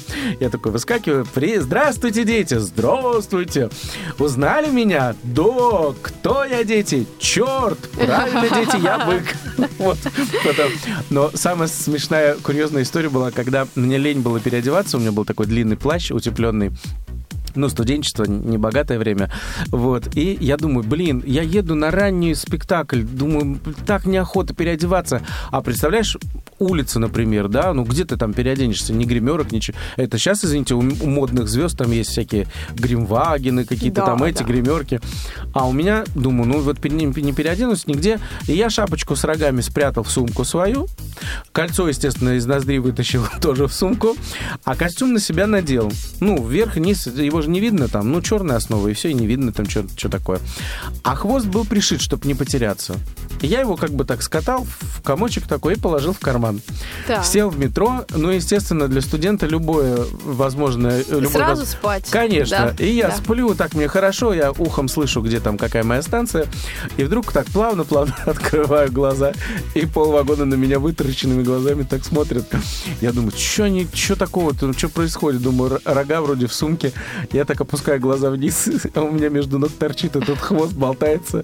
Я такой выскакиваю. Здравствуйте, дети! Здравствуйте! Узнали меня? Да! Кто я, дети? Черт! Правильно, дети, я бык. Вот. Потом. Но самая смешная, курьезная история была, когда мне лень было переодеваться, у меня был такой длинный плащ утепленный. Ну, студенчество, небогатое время. Вот. И я думаю, блин, я еду на ранний спектакль. Думаю, так неохота переодеваться. А представляешь, улица, например, да? Ну, где ты там переоденешься? Ни гримерок, ничего. Это сейчас, извините, у модных звезд там есть всякие гримвагены, какие-то
да,
там эти
да.
гримерки. А у меня, думаю, ну, вот не, не переоденусь нигде. И я шапочку с рогами спрятал в сумку свою. Кольцо, естественно, из ноздри вытащил тоже в сумку. А костюм на себя надел. Ну, вверх, вниз, его не видно там, ну, черная основа, и все, и не видно там, что такое. А хвост был пришит, чтобы не потеряться. Я его как бы так скатал в комочек такой и положил в карман.
Да.
Сел в метро, ну, естественно, для студента любое возможное... Любое
Сразу
воз...
спать.
Конечно.
Да.
И я
да.
сплю, так мне хорошо, я ухом слышу, где там какая моя станция, и вдруг так плавно-плавно открываю глаза, и полвагона на меня вытаращенными глазами так смотрят. Я думаю, что они, что такого-то, что происходит? Думаю, рога вроде в сумке. Я так опускаю глаза вниз, а у меня между ног торчит этот хвост, болтается.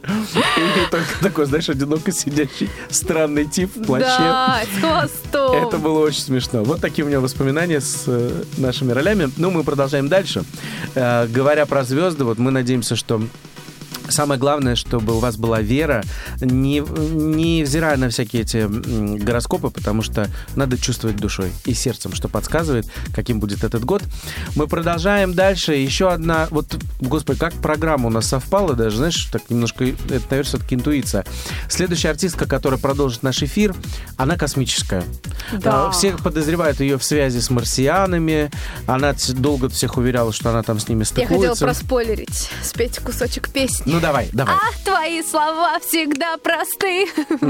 И только такой, знаешь, одиноко сидящий странный тип в плаще.
Да, с хвостом.
Это было очень смешно. Вот такие у меня воспоминания с э, нашими ролями. Ну, мы продолжаем дальше. Э, говоря про звезды, вот мы надеемся, что самое главное, чтобы у вас была вера, не, не взирая на всякие эти гороскопы, потому что надо чувствовать душой и сердцем, что подсказывает, каким будет этот год. Мы продолжаем дальше. Еще одна... Вот, господи, как программа у нас совпала даже, знаешь, так немножко... Это, наверное, все-таки интуиция. Следующая артистка, которая продолжит наш эфир, она космическая.
Да.
Все подозревают ее в связи с марсианами. Она долго всех уверяла, что она там с ними стыкуется.
Я хотела проспойлерить, спеть кусочек песни.
Ну, давай, давай.
Ах, твои слова всегда просты.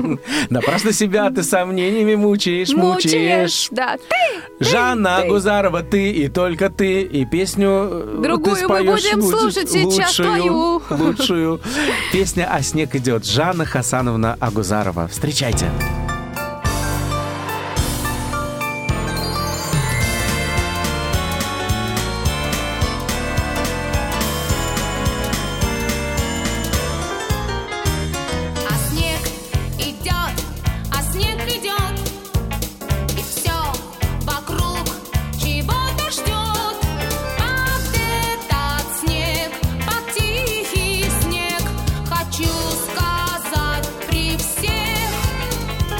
Да, просто себя ты сомнениями мучаешь, мучаешь.
Да, ты.
Жанна
ты.
Агузарова, ты и только ты. И песню
другую
ты
мы
споешь
будем слушать сейчас твою.
Лучшую. Песня «А снег идет». Жанна Хасановна Агузарова. Встречайте.
Сказать при всех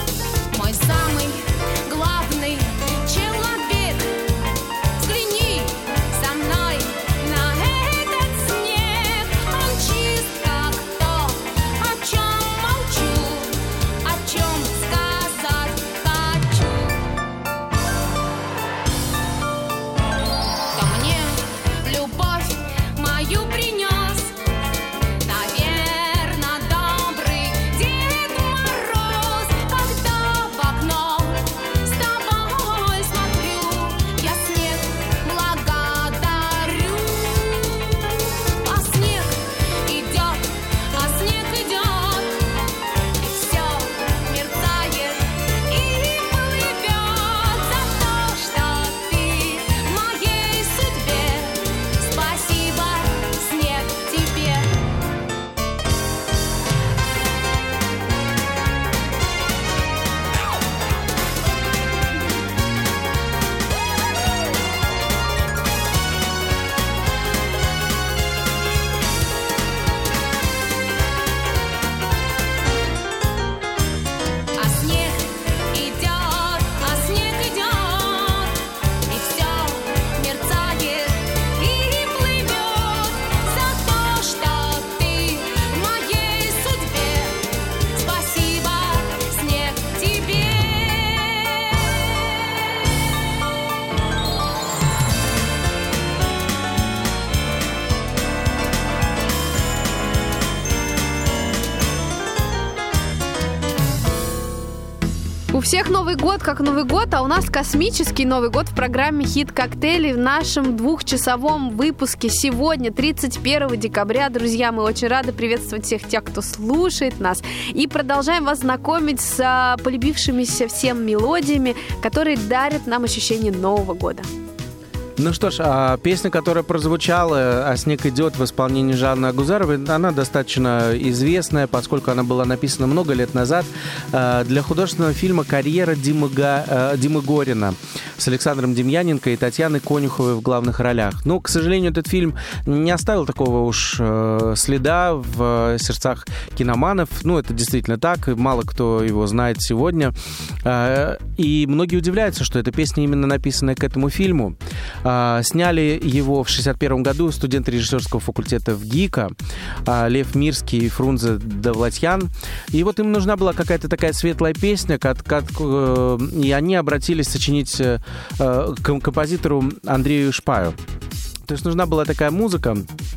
всех Новый год, как Новый год, а у нас космический Новый год в программе «Хит-коктейли» в нашем двухчасовом выпуске сегодня, тридцать первого декабря. Друзья, мы очень рады приветствовать всех тех, кто слушает нас. И продолжаем вас знакомить с а, полюбившимися всем мелодиями, которые дарят нам ощущение Нового года.
Ну что ж, а песня, которая прозвучала, «А снег идет» в исполнении Жанны Агузаровой, она достаточно известная, поскольку она была написана много лет назад для художественного фильма «Карьера» Димы, Га... Димы Горина с Александром Демьяненко и Татьяной Конюховой в главных ролях. Но, к сожалению, этот фильм не оставил такого уж следа в сердцах киноманов. Ну, это действительно так, мало кто его знает сегодня. И многие удивляются, что эта песня именно написана к этому фильму. Сняли его в шестьдесят первом году студенты режиссерского факультета в ГИКа Лев Мирский и Фрунзе Довлатьян. И вот им нужна была какая-то такая светлая песня, как, как, и они обратились сочинить к композитору Андрею Шпаю. То есть нужна была такая музыка,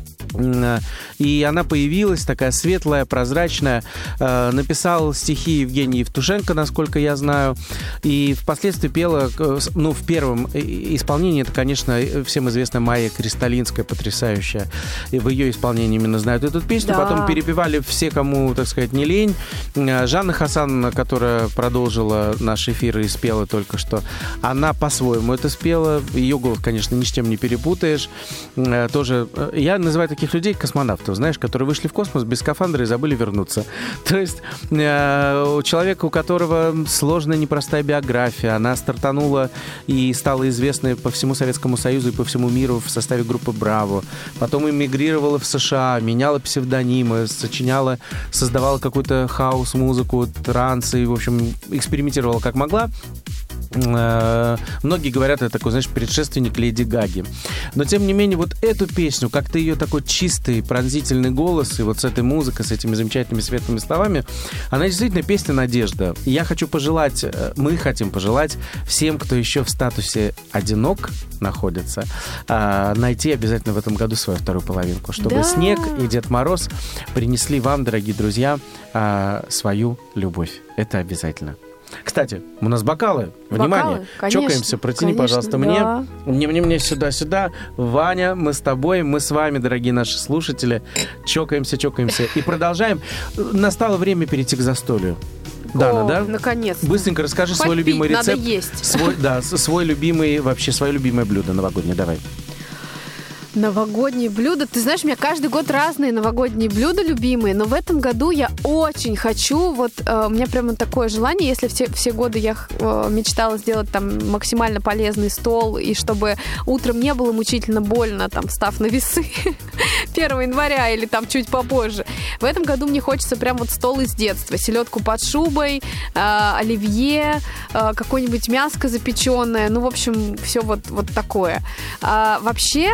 и она появилась, такая светлая, прозрачная. Написал стихи Евгений Евтушенко, насколько я знаю, и впоследствии пела, ну, в первом исполнении, это, конечно, всем известная Майя Кристалинская, потрясающая. И в ее исполнении именно знают эту песню. Да. Потом перепевали все, кому, так сказать, не лень. Жанна Хасановна, которая продолжила наш эфир и спела только что, она по-своему это спела. Ее голос, конечно, ни с чем не перепутаешь. Тоже, я называю таких людей космонавтов, знаешь, которые вышли в космос без скафандра и забыли вернуться. То есть э, человека, у которого сложная, непростая биография, она стартанула и стала известной по всему Советскому Союзу и по всему миру в составе группы «Браво». Потом эмигрировала в США, меняла псевдонимы, сочиняла, создавала какую-то хаос-музыку, трансы, и, в общем, экспериментировала как могла. Многие говорят, это такой, знаешь, предшественник Леди Гаги. Но, тем не менее, вот эту песню, как-то ее такой чистый, пронзительный голос, и вот с этой музыкой, с этими замечательными светлыми словами, она действительно песня «Надежда». И я хочу пожелать, мы хотим пожелать всем, кто еще в статусе «одинок» находится, найти обязательно в этом году свою вторую половинку, чтобы да. снег и Дед Мороз принесли вам, дорогие друзья, свою любовь. Это обязательно. Кстати, у нас бокалы. Внимание.
Бокалы? Конечно,
чокаемся. Протяни,
конечно,
пожалуйста,
да.
мне. Мне, мне, мне, сюда, сюда. Ваня, мы с тобой, мы с вами, дорогие наши слушатели. Чокаемся, чокаемся. И продолжаем. Настало время перейти к застолью. Дана,
О,
да?
Наконец-то.
Быстренько расскажи
Попить
свой любимый рецепт.
Надо есть.
Свой, да, свой любимый, вообще, свое любимое блюдо новогоднее. Давай.
Новогодние блюда. Ты знаешь, у меня каждый год разные новогодние блюда любимые, но в этом году я очень хочу, вот э, у меня прямо такое желание, если все, все годы я э, мечтала сделать там максимально полезный стол, и чтобы утром не было мучительно больно, там, встав на весы первого января или там чуть попозже. В этом году мне хочется прям вот стол из детства. Селедку под шубой, э, оливье, э, какое-нибудь мяско запеченное, ну, в общем, все вот, вот такое. А, вообще...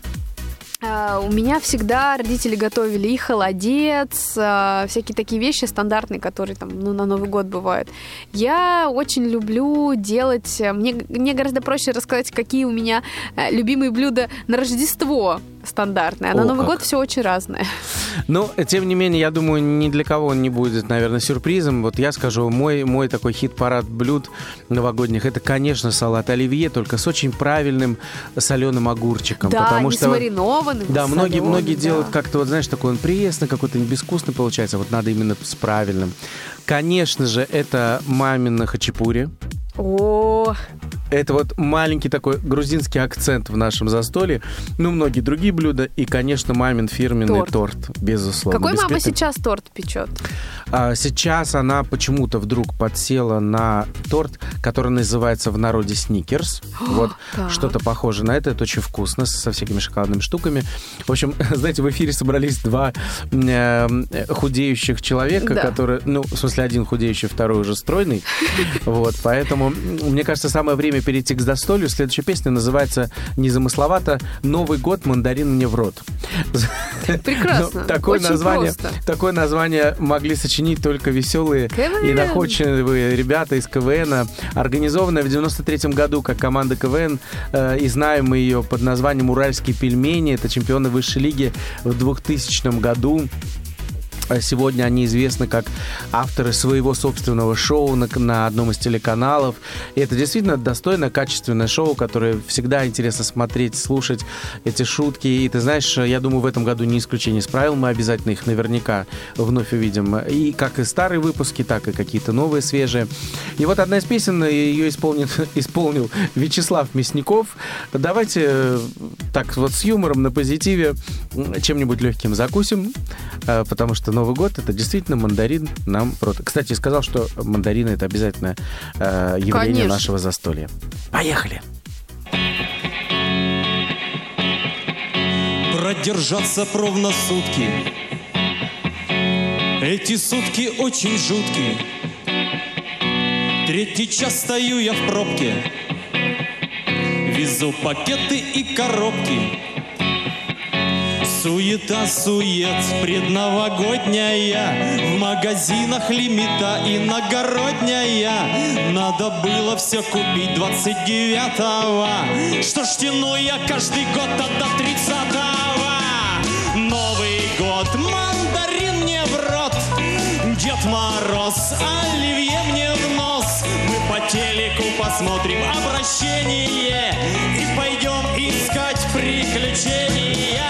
У меня всегда родители готовили и холодец, всякие такие вещи стандартные, которые там, ну, на Новый год бывают. Я очень люблю делать... Мне, мне гораздо проще рассказать, какие у меня любимые блюда на Рождество стандартные, а О, на Новый как. год все очень разное.
Но, тем не менее, я думаю, ни для кого он не будет, наверное, сюрпризом. Вот я скажу, мой, мой такой хит-парад блюд новогодних, это, конечно, салат оливье, только с очень правильным соленым огурчиком.
Да,
потому
не
что,
смаринованным.
Да, многие,
соленым,
многие
да.
делают как-то, вот знаешь, такой он пресный, какой-то безвкусный получается. Вот надо именно с правильным. Конечно же, это мамина хачапури.
О,
Это вот маленький такой грузинский акцент в нашем застолье. Ну, многие другие блюда. И, конечно, мамин фирменный торт, торт безусловно.
Какой мама
Беспредел...
сейчас торт печет?
А, сейчас она почему-то вдруг подсела на торт, который называется в народе сникерс. Вот
так.
Что-то похоже на это. Это очень вкусно, со всякими шоколадными штуками. В общем, знаете, в эфире собрались два э, худеющих человека, да. которые... Ну, в смысле, один худеющий, второй уже стройный. Вот, поэтому, мне кажется, самое время перейти к застолью. Следующая песня называется незамысловато «Новый год, мандарин мне в рот».
Прекрасно.
Ну, такое,
очень
название,
просто.
такое название могли сочинить только веселые
КВН.
и находчивые ребята из КВН. Организованная в девяносто третьем году как команда КВН, э, и знаем мы ее под названием «Уральские пельмени». Это чемпионы высшей лиги в двухтысячном году. Сегодня они известны как авторы своего собственного шоу на, на одном из телеканалов. И это действительно достойное, качественное шоу, которое всегда интересно смотреть, слушать эти шутки. И ты знаешь, я думаю, в этом году не исключение из правил. Мы обязательно их наверняка вновь увидим. И как и старые выпуски, так и какие-то новые, свежие. И вот одна из песен, ее исполнит, исполнил Вячеслав Мясников. Давайте так вот с юмором, на позитиве, чем-нибудь легким закусим, потому что Новый год — это действительно мандарин нам прот. Кстати, сказал, что мандарины — это обязательное э, явление Конечно. Нашего застолья. Поехали!
Продержаться ровно сутки. Эти сутки очень жуткие. Третий час стою я в пробке. Везу пакеты и коробки. Суета, сует, предновогодняя. В магазинах лимита иногородняя. Надо было все купить двадцать девятого. Что ж тяну я каждый год, а до тридцатого. Новый год, мандарин мне в рот. Дед Мороз, оливье мне в нос. Мы по телеку посмотрим обращение и пойдем искать приключения.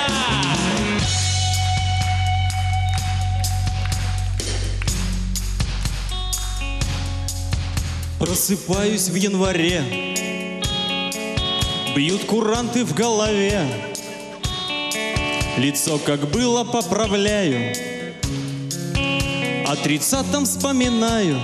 Просыпаюсь в январе, бьют куранты в голове. Лицо как было поправляю, о тридцатом вспоминаю,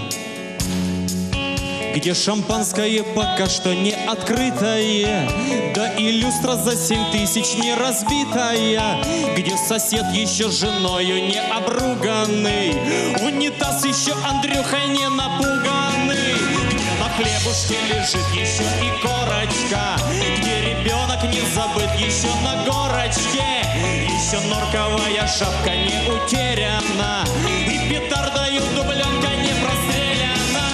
где шампанское пока что не открытое, да и люстра за семь тысяч не разбитая, где сосед еще женою не обруганный, унитаз еще Андрюхой не напуганный, где на хлебушке лежит еще и корочка, где ребенок не забыт еще на горочке, еще норковая шапка не утеряна, и петардою дубленка не простреляна.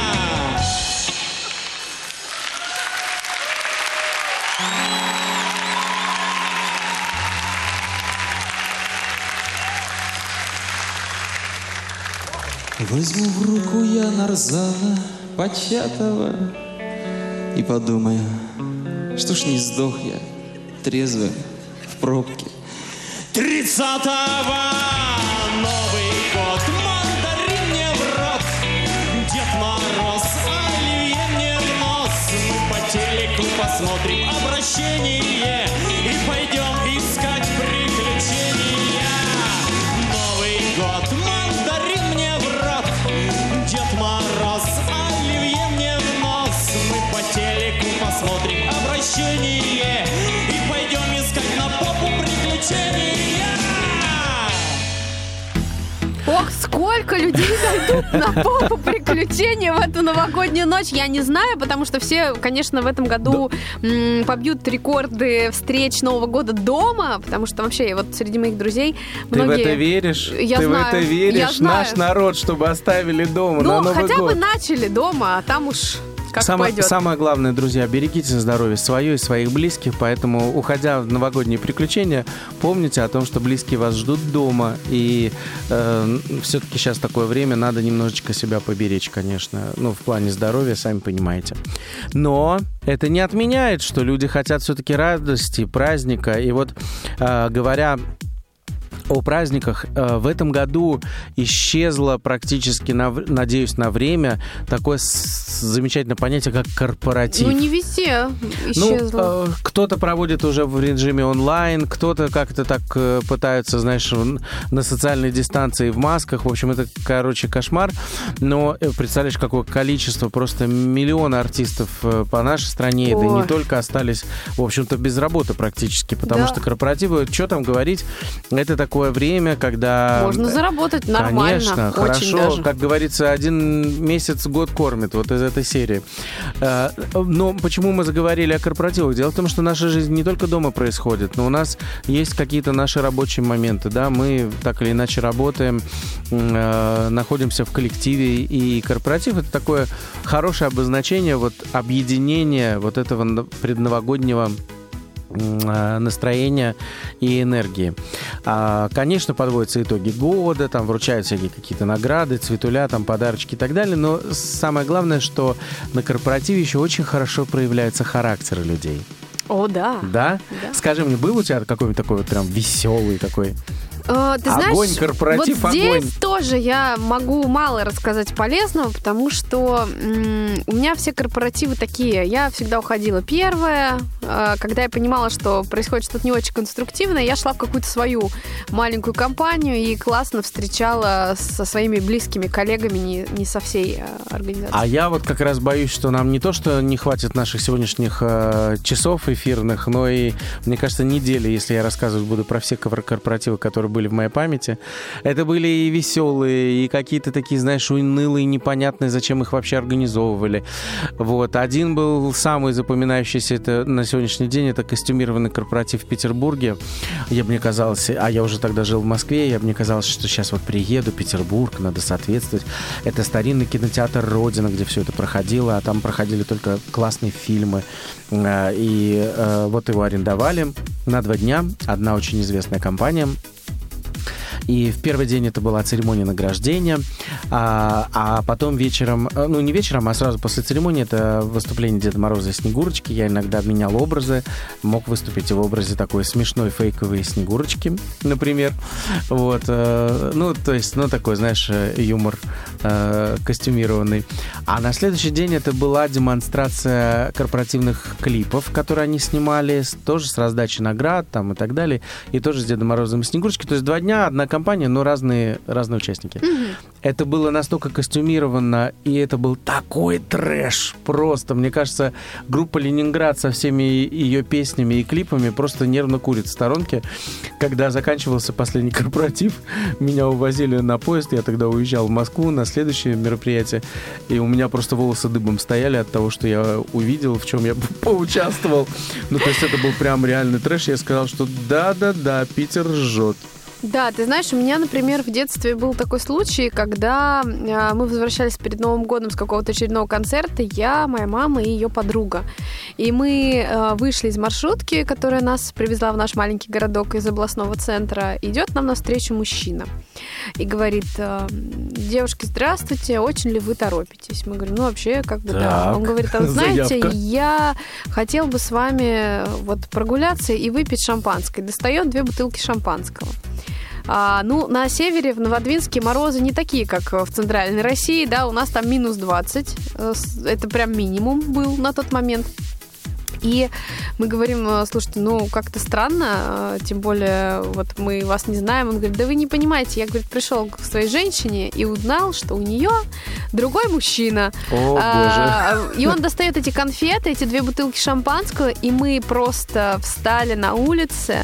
Возьму в руку я нарзана початого и подумаю, что ж не сдох я трезвым в пробке. Тридцатого Новый год, мандарин мне в рот, Дед Мороз, оливье мне в нос. Мы по телеку посмотрим обращение и пойдем искать приключения. Новый год, мандарин мне в рот, Дед Мороз, оливье мне в нос. Мы по телеку посмотрим обращение и пойдем искать на попу приключения.
Ох, сколько людей зайдут на попу приключения в эту новогоднюю ночь, я не знаю, потому что все, конечно, в этом году м, побьют рекорды встреч Нового года дома, потому что вообще вот среди моих друзей многие...
Ты в это веришь?
Я
Ты
знаю,
в это веришь?
я знаю.
Наш народ, чтобы оставили дома
ну,
на Новый
хотя
год.
бы начали дома, а там уж... Как
самое,
пойдет.
самое главное, друзья, берегите здоровье свое и своих близких, поэтому, уходя в новогодние приключения, помните о том, что близкие вас ждут дома, и э, все-таки сейчас такое время, надо немножечко себя поберечь, конечно, ну, в плане здоровья, сами понимаете. Но это не отменяет, что люди хотят все-таки радости, праздника, и вот, э, говоря о праздниках, в этом году исчезло практически, на, надеюсь, на время такое замечательное понятие, как корпоратив.
Ну, не везде исчезло.
Ну, кто-то проводит уже в режиме онлайн, кто-то как-то так пытаются, знаешь, на социальной дистанции в масках. В общем, это, короче, кошмар. Но представляешь, какое количество, просто миллионы артистов по нашей стране, Ой. да и не только, остались, в общем-то, без работы практически, потому да. что корпоративы, что там говорить, это такое время, когда...
Можно заработать нормально.
Конечно,
очень
хорошо.
даже.
Как говорится, один месяц год кормит, вот из этой серии. Но почему мы заговорили о корпоративах? Дело в том, что наша жизнь не только дома происходит, но у нас есть какие-то наши рабочие моменты, да, мы так или иначе работаем, находимся в коллективе, и корпоратив — это такое хорошее обозначение вот объединения вот этого предновогоднего настроения и энергии. А, конечно, подводятся итоги года, там вручают всякие какие-то награды, цветуля, там подарочки и так далее, но самое главное, что на корпоративе еще очень хорошо проявляются характеры людей.
О, да.
Да?
Да.
Скажи мне, был у тебя какой-нибудь такой вот прям веселый такой?
Э, ты знаешь,
огонь, корпоратив,
вот здесь
огонь.
тоже я могу мало рассказать полезного, потому что м- у меня все корпоративы такие. Я всегда уходила первая. Э, когда я понимала, что происходит что-то не очень конструктивное, я шла в какую-то свою маленькую компанию и классно встречала со своими близкими коллегами, не, не со всей э, организацией.
А я вот как раз боюсь, что нам не то, что не хватит наших сегодняшних э, часов эфирных, но и, мне кажется, недели, если я рассказывать буду про все корпоративы, которые были в моей памяти. Это были и веселые, и какие-то такие, знаешь, унылые, непонятные, зачем их вообще организовывали. Вот. Один был самый запоминающийся это, на сегодняшний день, это костюмированный корпоратив в Петербурге. Я, мне казалось, а я уже тогда жил в Москве, я, мне казалось, что сейчас вот приеду в Петербург, надо соответствовать. Это старинный кинотеатр «Родина», где все это проходило, а там проходили только классные фильмы. И вот его арендовали на два дня. Одна очень известная компания. И в первый день это была церемония награждения, а, а потом вечером, ну не вечером, а сразу после церемонии, это выступление Деда Мороза и Снегурочки. Я иногда менял образы, мог выступить в образе такой смешной фейковой Снегурочки, например. Вот, э, ну, то есть, ну, такой, знаешь, юмор э, костюмированный. А на следующий день это была демонстрация корпоративных клипов, которые они снимали, тоже с раздачей наград там и так далее, и тоже с Дедом Морозом и Снегурочкой. То есть два дня, одна компания, но разные, разные участники. Mm-hmm. Это было настолько костюмировано, и это был такой трэш просто. Мне кажется, группа «Ленинград» со всеми ее песнями и клипами просто нервно курит в сторонке. Когда заканчивался последний корпоратив, меня увозили на поезд, я тогда уезжал в Москву на следующее мероприятие, и у меня просто волосы дыбом стояли от того, что я увидел, в чем я поучаствовал. Ну, то есть это был прям реальный трэш. Я сказал, что да-да-да, Питер жжет.
Да, ты знаешь, у меня, например, в детстве был такой случай, когда э, мы возвращались перед Новым годом с какого-то очередного концерта, я, моя мама и ее подруга. И мы э, вышли из маршрутки, которая нас привезла в наш маленький городок из областного центра. Идет нам навстречу мужчина и говорит: девушки, здравствуйте, очень ли вы торопитесь? Мы говорим, ну вообще, как бы так. Да. Он говорит, а вы знаете, заявка. Я хотел бы с вами вот прогуляться и выпить шампанское. Достает две бутылки шампанского. А, ну, на севере, в Новодвинске, морозы не такие, как в центральной России, да, у нас там минус двадцать, это прям минимум был на тот момент. И мы говорим, слушайте, ну, как-то странно, тем более, вот мы вас не знаем. Он говорит, да вы не понимаете, я, говорит, пришел к своей женщине и узнал, что у нее другой мужчина.
О,
а, боже. И он достает эти конфеты, эти две бутылки шампанского, и мы просто встали на улице,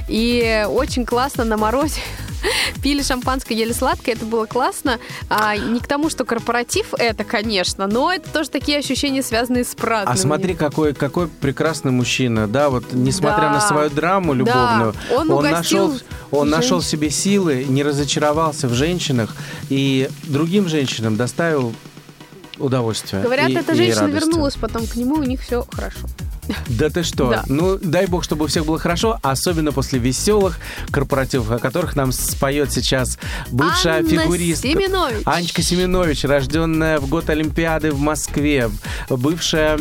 и очень классно на морозе пили шампанское, ели сладкое, это было классно. А, не к тому, что корпоратив это, конечно, но это тоже такие ощущения, связанные с празднованием.
А смотри, какой, какой прекрасный мужчина, да, вот несмотря да. на свою драму любовную,
да. он,
он, нашел, он нашел в себе силы, не разочаровался в женщинах и другим женщинам доставил удовольствие.
Говорят,
и,
эта
и
женщина
радости.
Вернулась потом к нему, у них все хорошо.
Да ты что?
Да.
Ну, дай бог, чтобы у всех было хорошо, особенно после веселых корпоративов, о которых нам споет сейчас бывшая
Анна
фигуристка.
Семенович.
Анечка Семенович, рожденная в год Олимпиады в Москве, бывшая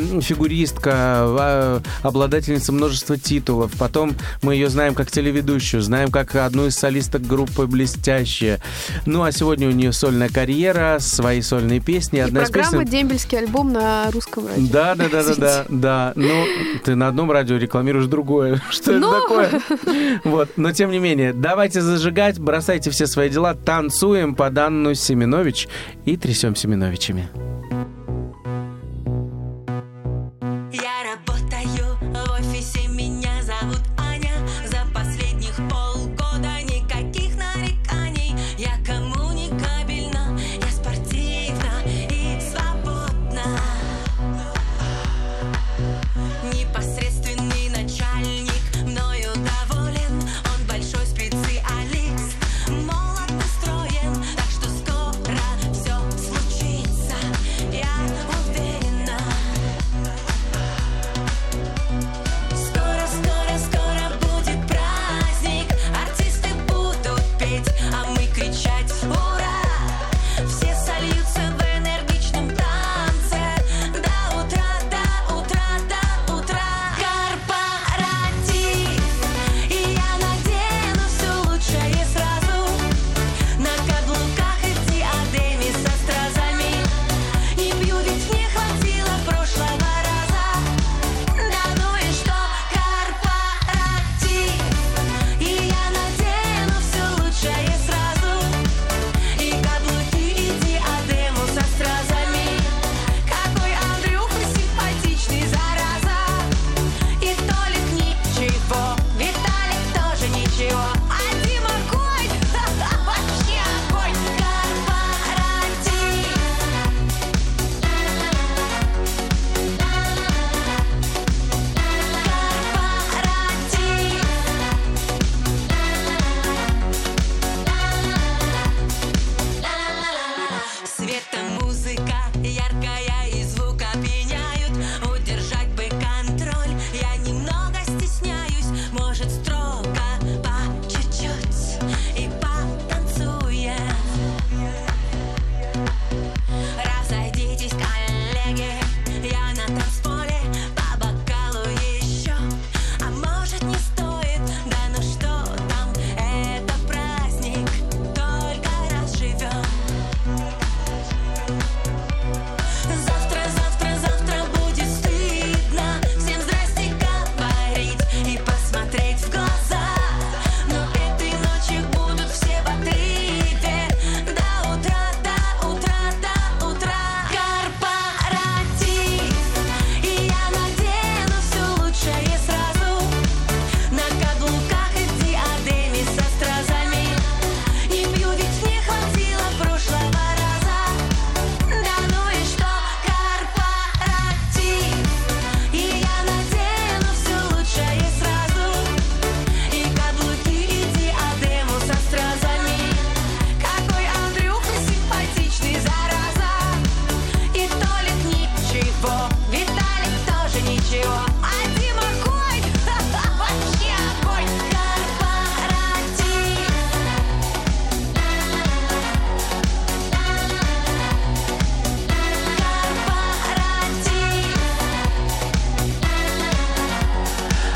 фигуристка, обладательница множества титулов. Потом мы ее знаем как телеведущую, знаем как одну из солисток группы «Блестящие». Ну, а сегодня у нее сольная карьера, свои сольные песни.
И
одна
программа
из песен...
«Дембельский альбом» на русском радио.
Да, да, да, да, да, да. Ну, ты на одном радио рекламируешь другое. Что Но... это такое? Вот. Но, тем не менее, давайте зажигать, бросайте все свои дела, танцуем под Анну Семенович и трясем Семеновичами.
Я работаю в офисе, меня зовут Аня. За последних полгода никаких нареканий. Я коммуникабельна, я спортивна и свободна. Непосредственный начальник мною доволен. Он большой специалист, молод настроен. Так что скоро все случится.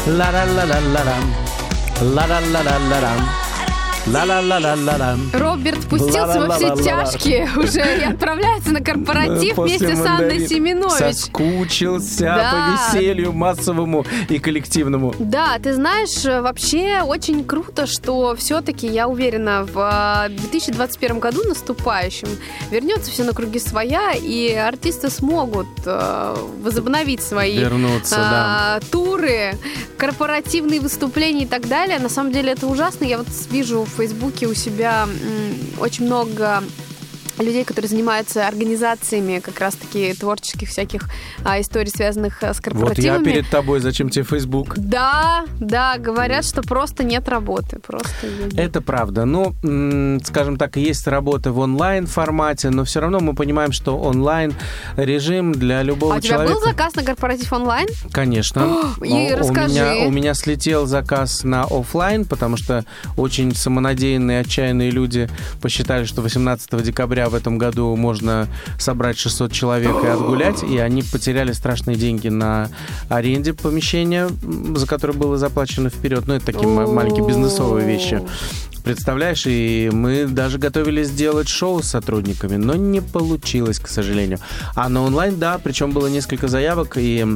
Ла-ла-ла-ла-ла-рам. Ла-ла-ла-ла-ла-рам. Ла-ла-ла-ла-ла-ла.
Роберт пустился во все тяжкие уже и отправляется на корпоратив вместе с Анной Семенович.
Соскучился
Да.
по веселью массовому и коллективному.
Да, ты знаешь, вообще очень круто, что все-таки, я уверена, в две тысячи двадцать первом году наступающем вернется все на круги своя, и артисты смогут э, возобновить свои
Вернуться,
э,
да.
туры, корпоративные выступления и так далее. На самом деле это ужасно. Я вот вижу в Фейсбуке у себя м, очень много людей, которые занимаются организациями как раз-таки творческих всяких а, историй, связанных а, с
Вот
корпоративами.
я перед тобой, зачем тебе Facebook?
Да, да, говорят, что просто нет работы. Просто её нет.
Это правда. Ну, м, скажем так, есть работа в онлайн-формате, но все равно мы понимаем, что онлайн-режим для любого
А у тебя
человека...
был заказ на корпоратив онлайн?
Конечно.
О, и
Но
расскажи.
У меня, у меня слетел заказ на офлайн, потому что очень самонадеянные, отчаянные люди посчитали, что восемнадцатого декабря в этом году можно собрать шестьсот человек и отгулять, и они потеряли страшные деньги на аренде помещения, за которое было заплачено вперед. Ну, это такие ма- маленькие бизнесовые вещи. Представляешь, и мы даже готовились сделать шоу с сотрудниками, но не получилось, к сожалению. А на онлайн, да, причем было несколько заявок, и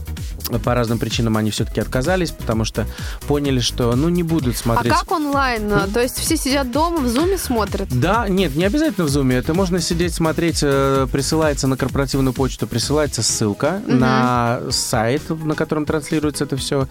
по разным причинам они все-таки отказались, потому что поняли, что, ну, не будут смотреть.
А как онлайн? То есть все сидят дома, в зуме смотрят?
Да, нет, не обязательно в зуме. Это можно сидеть, смотреть, э, присылается на корпоративную почту, присылается ссылка
Мгм.
на сайт, на котором транслируется это все.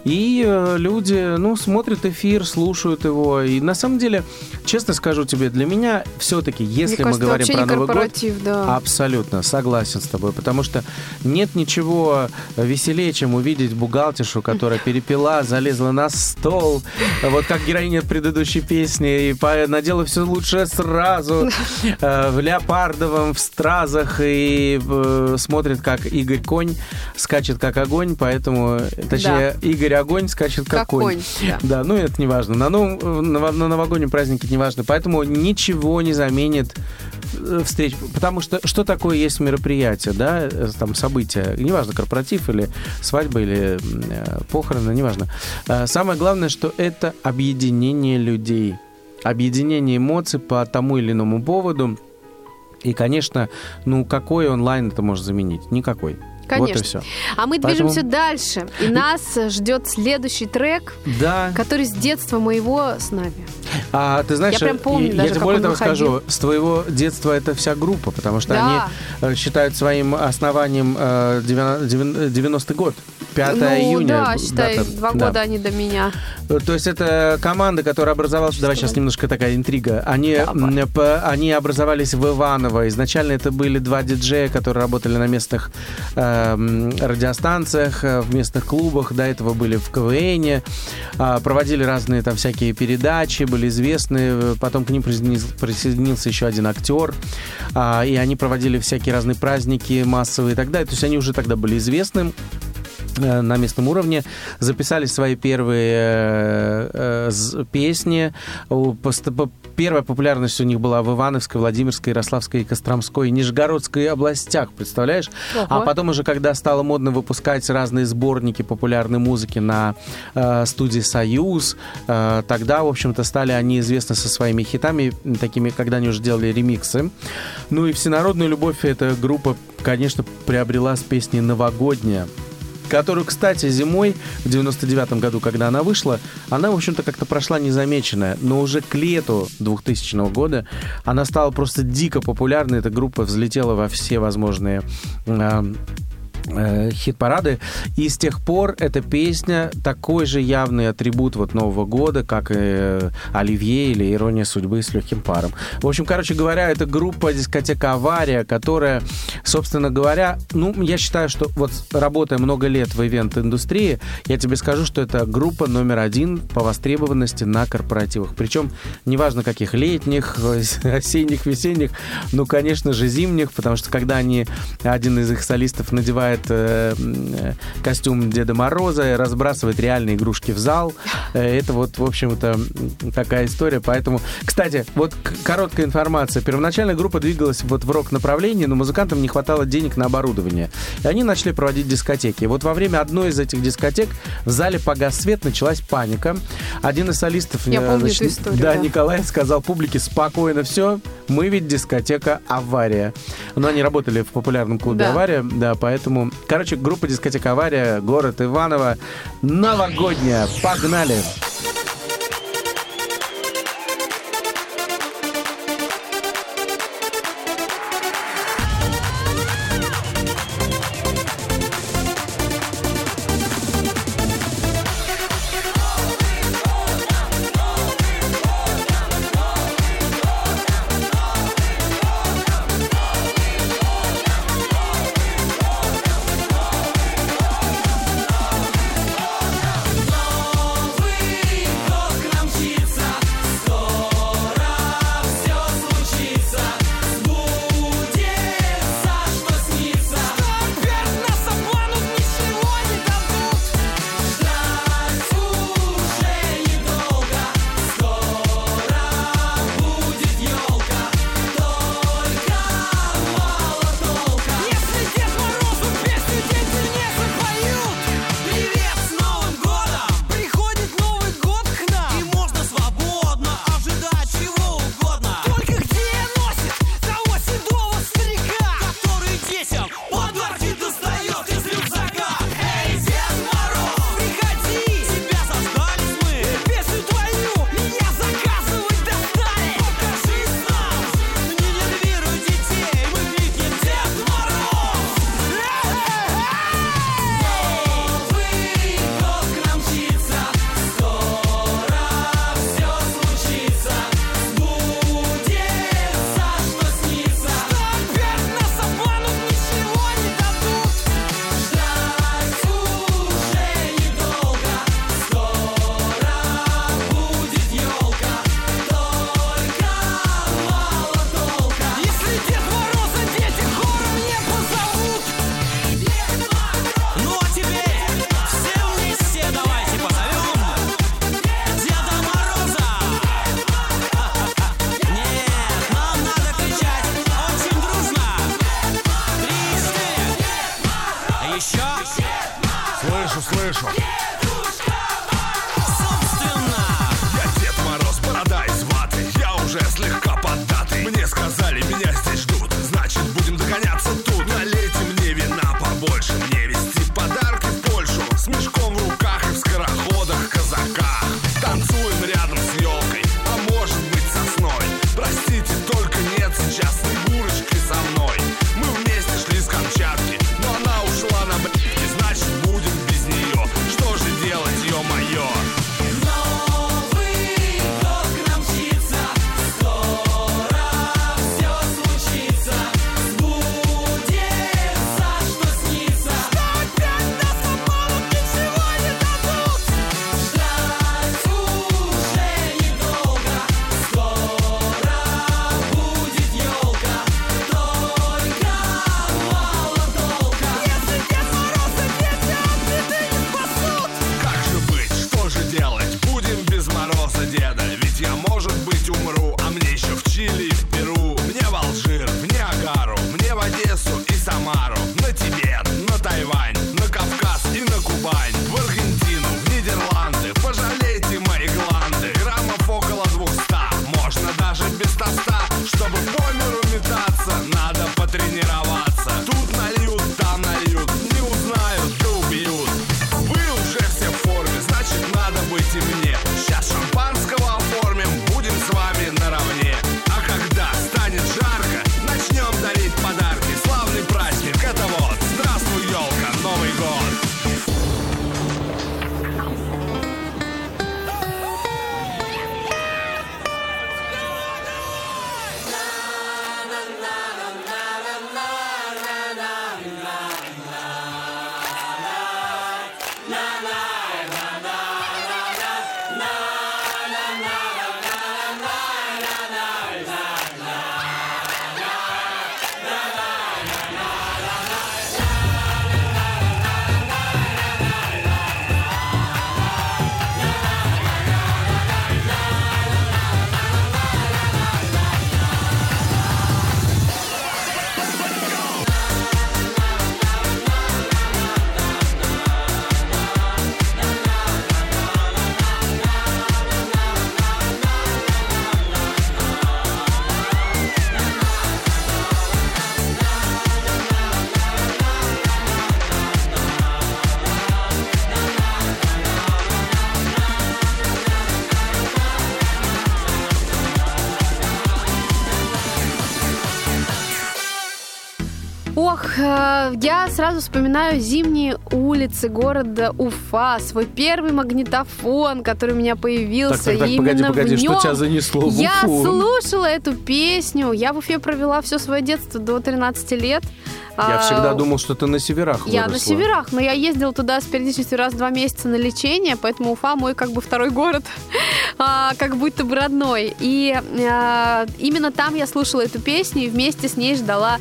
И э, люди, ну, смотрят эфир, слушают его. И на самом деле, честно скажу тебе, для меня все-таки, если
Мне
мы
кажется,
говорим
вообще
про
не
Новый год,
корпоратив, да.
абсолютно согласен с тобой, потому что нет ничего веселее, чем увидеть бухгалтершу, которая перепила, залезла на стол, вот как героиня предыдущей песни, и по- надела все лучшее сразу, э, в леопардовом, в стразах, и э, смотрит, как Игорь Конь скачет как огонь, поэтому, точнее, Игорь Огонь скачет как,
Как конь, да.
Да, ну это не важно. На, нов- на, на новогоднем празднике это не важно, поэтому ничего не заменит э, встреч, потому что что такое есть мероприятие, да, э, там событие, неважно, корпоратив или свадьба или э, похороны, неважно. Э, самое главное, что это объединение людей, объединение эмоций по тому или иному поводу. И, конечно, ну какой онлайн это может заменить? Никакой.
Конечно.
Вот и все.
А мы
Поэтому-
движемся дальше. И нас ждет следующий трек,
Да.
который с детства моего с нами.
А ты знаешь,
Я прям помню
я,
даже,
тебе
как
более
он
того
выходил.
скажу, с твоего детства это вся группа, потому что
Да.
они э, считают своим основанием э, девяно- девян- девяностый год, пятое
ну
июня.
да, считай,
дата.
два
Да.
года они до меня.
То есть это команда, которая образовалась... Давай сейчас немножко такая интрига. Они,
Давай.
м, по- они образовались в Иваново. Изначально это были два диджея, которые работали на местных э, м, радиостанциях, э, в местных клубах. До этого были в КВНе. э, проводили разные там всякие передачи, были известны. Потом к ним присоединился, присоединился еще один актер. э, и они проводили всякие разные праздники массовые и так далее. То есть они уже тогда были известны на местном уровне, записали свои первые э, э, з- песни. У- пост- по- Первая популярность у них была в Ивановской, Владимирской, Ярославской, Костромской, Нижегородской областях, представляешь?
Ого.
А потом уже, когда стало модно выпускать разные сборники популярной музыки на э, студии «Союз», э, тогда, в общем-то, стали они известны со своими хитами, такими, когда они уже делали ремиксы. Ну и всенародную любовь эта группа, конечно, приобрела с песней «Новогодняя», которую, кстати, зимой в девяносто девятом году, когда она вышла, она, в общем-то, как-то прошла незамеченная. Но уже к лету двухтысячного года она стала просто дико популярной. Эта группа взлетела во все возможные э, э, хит-парады. И с тех пор эта песня такой же явный атрибут вот Нового года, как и э, «Оливье» или «Ирония судьбы» с легким паром. В общем, короче говоря, это группа «Дискотека Авария», которая, собственно говоря, ну, я считаю, что вот работая много лет в ивент-индустрии, я тебе скажу, что это группа номер один по востребованности на корпоративах. Причем неважно каких, летних, осенних, весенних, ну, конечно же, зимних, потому что когда они, один из их солистов надевает надевает э, э, костюм Деда Мороза, разбрасывает реальные игрушки в зал. Э, это вот, в общем-то, такая история. Поэтому, кстати, вот к- короткая информация. Первоначально группа двигалась вот в рок-направлении, но музыкантам не хватало денег на оборудование. И они начали проводить дискотеки. И вот во время одной из этих дискотек в зале погас свет, началась паника. Один из солистов,
Я
э,
помню
значит,
эту историю,
да,
да.
Николай сказал публике: спокойно, все, мы ведь дискотека «Авария». Но они работали в популярном клубе
Да.
«Авария», да, поэтому... Короче, группа «Дискотека «Авария», город Иваново, новогодняя. Погнали!
Слышу, слышу. Я Дед Мороз, борода из ваты. Я уже слегка поддатый. Мне сказали, меня здесь ждут. Значит, будем догоняться тут. Налейте мне вина побольше. Мне везти подарки в Польшу. С мешком в руках и в скороходах, казаках. Танцуем рядом с елкой, а может быть сосной. Простите, только нет сейчас Снегурочки со мной. Мы вместе шли с Камчатки, но она ушла на б***ь, значит будем без нее. Что же делать, ё-моё?
Новый год к нам мчится, скоро все случится, сбудется, что снится. Сто опять нас обманут, ничего не дадут.
Ох, э, я сразу вспоминаю зимние улицы города Уфа, свой первый магнитофон, который у меня появился.
Так, так, так,
и
погоди,
именно
погоди,
в
что
нем
тебя занесло в
я
Уфу?
слушала эту песню. Я в Уфе провела все свое детство до тринадцати лет.
Я
А,
всегда думал, что ты на северах
Я
выросла.
на северах, но я ездила туда с периодичностью раз в два месяца на лечение, поэтому Уфа мой как бы второй город, а, как будто бы родной. И а, именно там я слушала эту песню и вместе с ней ждала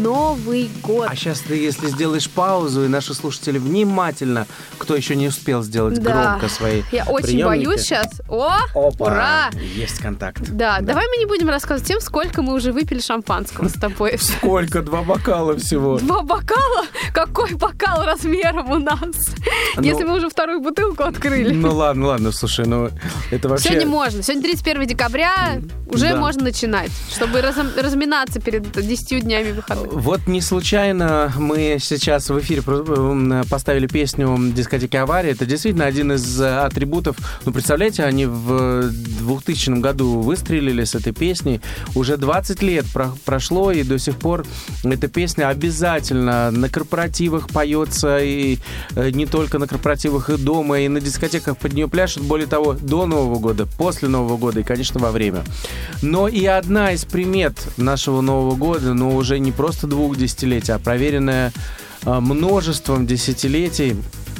Новый год.
А сейчас ты, если сделаешь паузу, и наши слушатели внимательно, кто еще не успел сделать
Да.
громко свои
Я очень
приемники.
боюсь сейчас. О,
Опа,
ура!
есть контакт.
Да, давай мы не будем рассказывать тем, сколько мы уже выпили шампанского с тобой.
Сколько? Два бокала всего.
Два бокала? Какой бокал размером у нас?
Ну,
Если мы уже вторую бутылку открыли.
Ну ладно, ладно, слушай, ну это вообще...
Сегодня можно. Сегодня тридцать первого декабря, уже
Да.
можно начинать, чтобы разом- разминаться перед десятью днями выходных.
Вот не случайно мы сейчас в эфире про- м, поставили песню дискотеки «Авария». Это действительно один из э, атрибутов. Ну, представляете, они в двухтысячном году выстрелили с этой песней. Уже двадцать лет про- прошло, и до сих пор эта песня обязательно на корпоративах поется, и э, не только на корпоративах, и дома, и на дискотеках под нее пляшут. Более того, до Нового года, после Нового года и, конечно, во время. Но и одна из примет нашего Нового года, но уже не просто двух десятилетий, а проверенная э, множеством десятилетий,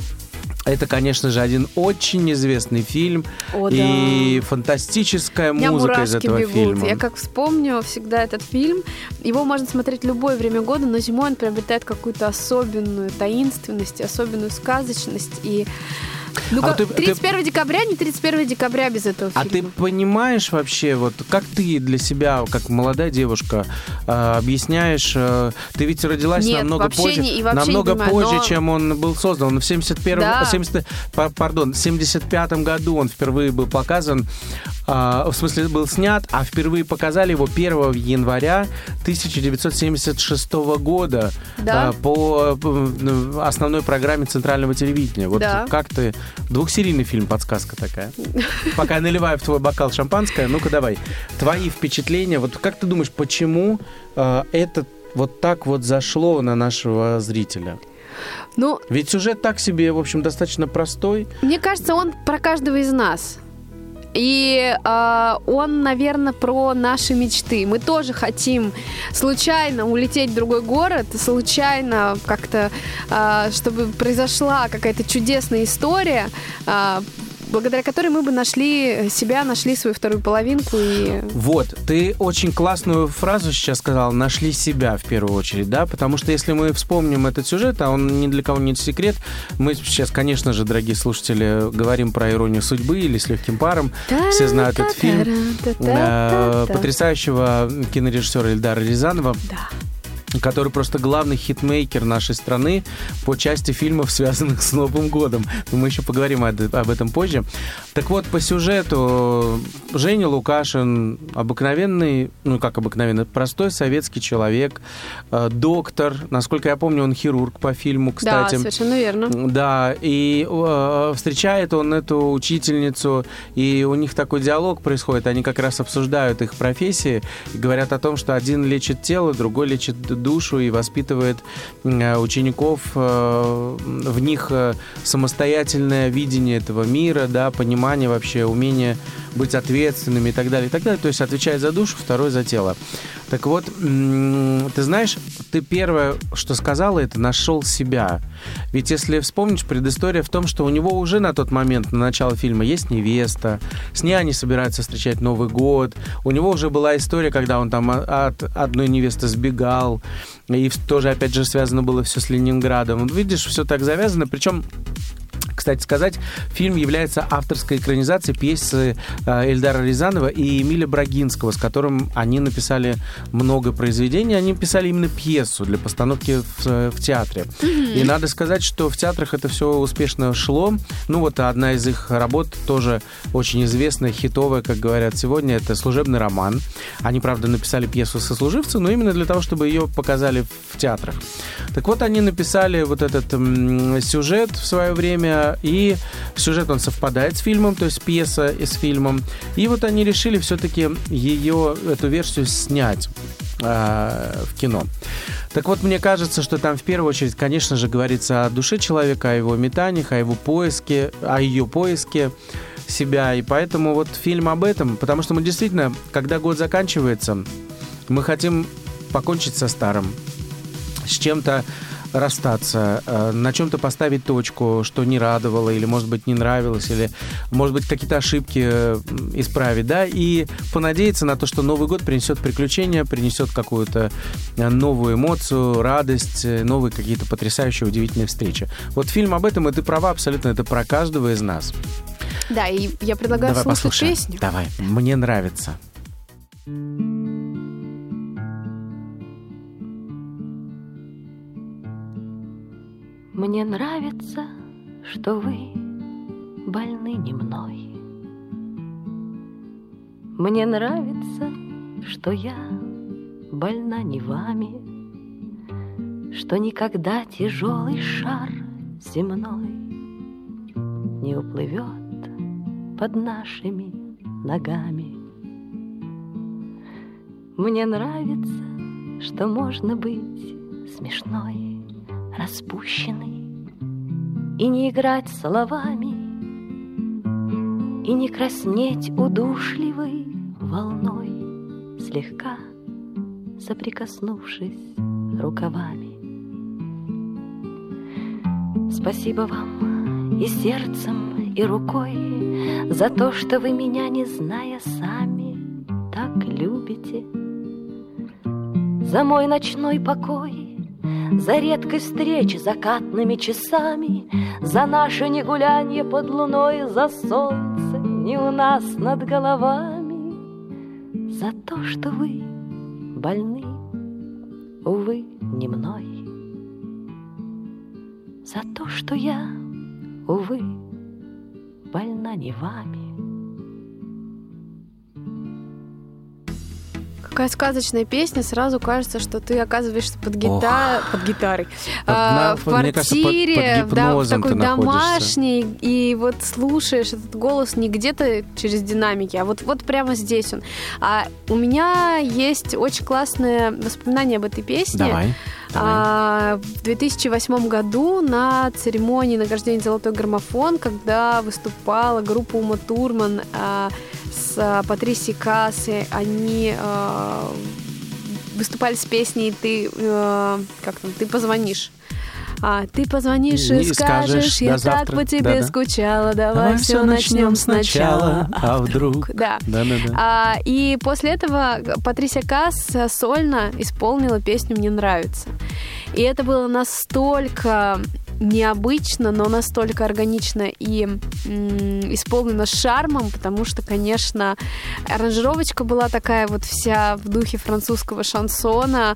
это, конечно же, один очень известный фильм.
О,
и фантастическая
У меня
музыка из
мурашки
этого
бегут.
фильма.
Я как вспомню всегда этот фильм. Его можно смотреть в любое время года, но зимой он приобретает какую-то особенную таинственность, особенную сказочность. И ну,
А
как,
ты- ты-
тридцать первого декабря, не тридцать первого декабря без этого
А ты
фильма.
понимаешь вообще, вот как ты для себя, как молодая девушка, э, объясняешь, э, ты ведь родилась
Нет,
намного
вообще
позже,
не- и вообще
намного
не понимаю,
позже,
но-
чем он был создан. Он в семьдесят первом,
Да.
семьдесят, па- пардон, в семьдесят пятом году он впервые был показан, э, в смысле был снят, а впервые показали его первого января тысяча девятьсот семьдесят шестого года
Да.
э, по э, основной программе центрального телевидения. Вот
Да.
как ты... Двухсерийный фильм, подсказка такая. Пока я наливаю в твой бокал шампанское, ну-ка давай. Твои впечатления. Вот как ты думаешь, почему э, это вот так вот зашло на нашего зрителя?
Ну,
Ведь сюжет так себе, в общем, достаточно простой.
мне кажется, он про каждого из нас. И э, он, наверное, про наши мечты. Мы тоже хотим случайно улететь в другой город, случайно как-то, э, чтобы произошла какая-то чудесная история, э, благодаря которой мы бы нашли себя, нашли свою вторую половинку. И...
Вот, ты очень классную фразу сейчас сказал, нашли себя в первую очередь, да, потому что если мы вспомним этот сюжет, а он ни для кого не секрет, мы сейчас, конечно же, дорогие слушатели, говорим про «Иронию судьбы» или «С легким паром», все знают этот фильм э, потрясающего кинорежиссера Эльдара Рязанова.
Да.
Который просто главный хитмейкер нашей страны по части фильмов, связанных с Новым годом. Но мы еще поговорим об этом позже. Так вот, по сюжету Женя Лукашин обыкновенный, ну как обыкновенный, простой советский человек, э, доктор. Насколько я помню, он хирург по фильму, кстати.
Да, совершенно верно.
Да, и э, встречает он эту учительницу, и у них такой диалог происходит. Они как раз обсуждают их профессии и говорят о том, что один лечит тело, другой лечит душу и воспитывает э, учеников, э, в них э, самостоятельное видение этого мира, да, понимание вообще, умение быть ответственными и так далее, и так далее. То есть отвечает за душу, второй за тело. Так вот, м- ты знаешь, ты первое, что сказала, это нашел себя. Ведь если вспомнишь, предыстория в том, что у него уже на тот момент, на начало фильма, есть невеста, с ней они собираются встречать Новый год, у него уже была история, когда он там от одной невесты сбегал, и тоже, опять же, связано было все с Ленинградом. Вот видишь, все так завязано, причем... Кстати сказать, фильм является авторской экранизацией пьесы Эльдара Рязанова и Эмиля Брагинского, с которым они написали много произведений. Они писали именно пьесу для постановки в, в театре. Mm-hmm. И надо сказать, что в театрах это все успешно шло. Ну вот одна из их работ тоже очень известная, хитовая, как говорят сегодня, это «Служебный роман». Они, правда, написали пьесу «Сослуживцы», но именно для того, чтобы ее показали в театрах. Так вот, они написали вот этот м- сюжет в свое время, и сюжет он совпадает с фильмом, то есть пьеса с фильмом. И вот они решили все-таки ее, эту версию снять э, в кино. Так вот, мне кажется, что там в первую очередь, конечно же, говорится о душе человека, о его метаниях, о его поиске, о ее поиске себя. И поэтому вот фильм об этом, потому что мы действительно, когда год заканчивается, мы хотим покончить со старым, с чем-то расстаться, на чем-то поставить точку, что не радовало или, может быть, не нравилось, или, может быть, какие-то ошибки исправить, да, и понадеяться на то, что Новый год принесет приключения, принесет какую-то новую эмоцию, радость, новые какие-то потрясающие, удивительные встречи. Вот фильм об этом, и ты права абсолютно, это про каждого из нас.
Да, и я предлагаю
Давай
слушать
послушаем.
песню.
Давай, мне нравится.
Мне нравится, что вы больны не мной. Мне нравится, что я больна не вами, что никогда тяжелый шар земной не уплывет под нашими ногами. Мне нравится, что можно быть смешной, распущенный, и не играть словами, и не краснеть удушливой волной, слегка соприкоснувшись рукавами. Спасибо вам и сердцем, и рукой за то, что вы меня, не зная сами, так любите, за мой ночной покой, за редкой встречи закатными часами, за наше негулянье под луной, за солнце не у нас над головами, за то, что вы больны, увы, не мной, за то, что я, увы, больна не вами.
Какая сказочная песня, сразу кажется, что ты оказываешься под, гита... под гитарой,
Под,
а,
на,
в
мне кажется, под-
квартире,
под
да, в
гипнозом
такой
ты находишься.
домашней, и вот слушаешь этот голос не где-то через динамики, а вот, вот прямо здесь он. А у меня есть очень классное воспоминание об этой песне.
Давай.
А, в две тысячи восьмом году на церемонии награждения «Золотой граммофон», когда выступала группа Ума Турман а, с Патрисией Кассой, они а, выступали с песней «Ты, а, как там, ты позвонишь». А, ты позвонишь и,
И
скажешь,
скажешь,
я
до
так
завтра.
по тебе
Да-да.
скучала, давай,
Давай
все
всё
начнем
начнем
сначала.
сначала, а вдруг?
Да.
Да-да-да.
А, и после этого Патрисия Касс сольно исполнила песню «Мне нравится». И это было настолько необычно, но настолько органично и м, исполнено с шармом, потому что, конечно, аранжировочка была такая вот вся в духе французского шансона,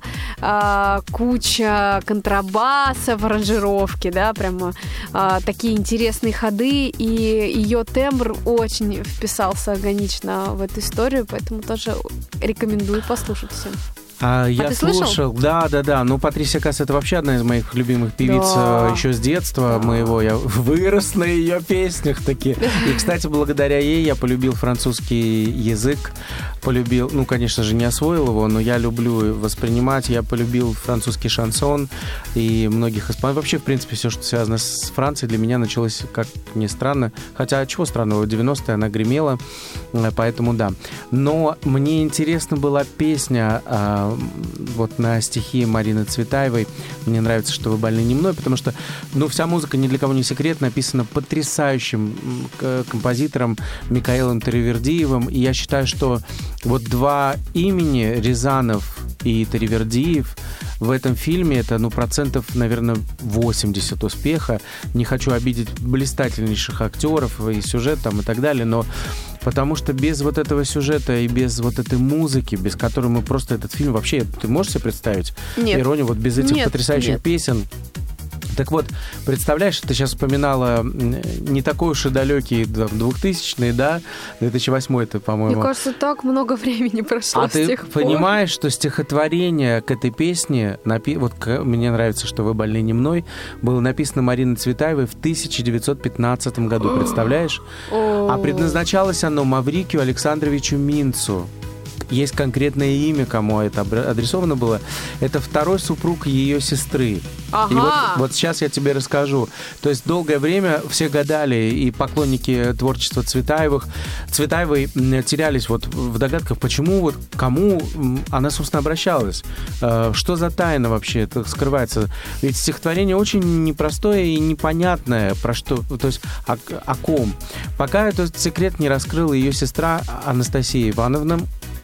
а, куча контрабаса в аранжировке, да, прямо а, такие интересные ходы, и ее тембр очень вписался органично в эту историю, поэтому тоже рекомендую послушать всем.
А, я
ты
слушал,
слышал?
да, да, да. Ну, Патрисия Касс — это вообще одна из моих любимых певиц
Да.
э, еще с детства моего. Я вырос на ее песнях таки. И, кстати, благодаря ей я полюбил французский язык, полюбил, ну, конечно же, не освоил его, но я люблю воспринимать. Я полюбил французский шансон и многих исполнителей. Вообще, в принципе, все, что связано с Францией, для меня началось, как ни странно. Хотя, чего странного, в девяностые она гремела, э, поэтому да. Но мне интересна была песня э, вот на стихи Марины Цветаевой. Мне нравится, что вы больны не мной, потому что, ну, вся музыка, ни для кого не секрет, написана потрясающим м, композитором Микаэлом Таривердиевым. И я считаю, что вот два имени, Рязанов и Таривердиев, в этом фильме это, ну, процентов, наверное, восемьдесят успеха. Не хочу обидеть блистательнейших актеров и сюжет там и так далее, но потому что без вот этого сюжета и без вот этой музыки, без которой мы просто этот фильм вообще... Ты можешь себе представить?
Нет.
Иронию, вот без этих
Нет,
потрясающих
нет.
песен. Так вот, представляешь, ты сейчас вспоминала не такой уж и далекий двухтысячный, да? две тысячи восьмой это, по-моему.
Мне кажется, так много времени прошло
А
с
ты
тех пор.
понимаешь, что стихотворение к этой песне, напи... вот к... мне нравится, что вы больны не мной, было написано Мариной Цветаевой в тысяча девятьсот пятнадцатом году, представляешь? А предназначалось оно Маврикию Александровичу Минцу. есть конкретное имя, кому это адресовано было. Это второй супруг ее сестры.
Ага.
И вот, вот сейчас я тебе расскажу. То есть долгое время все гадали, и поклонники творчества Цветаевых, Цветаевой терялись вот в догадках, почему, вот кому она, собственно, обращалась. Что за тайна вообще это скрывается? Ведь стихотворение очень непростое и непонятное, про что, то есть о, о ком. Пока этот секрет не раскрыла ее сестра Анастасия Ивановна.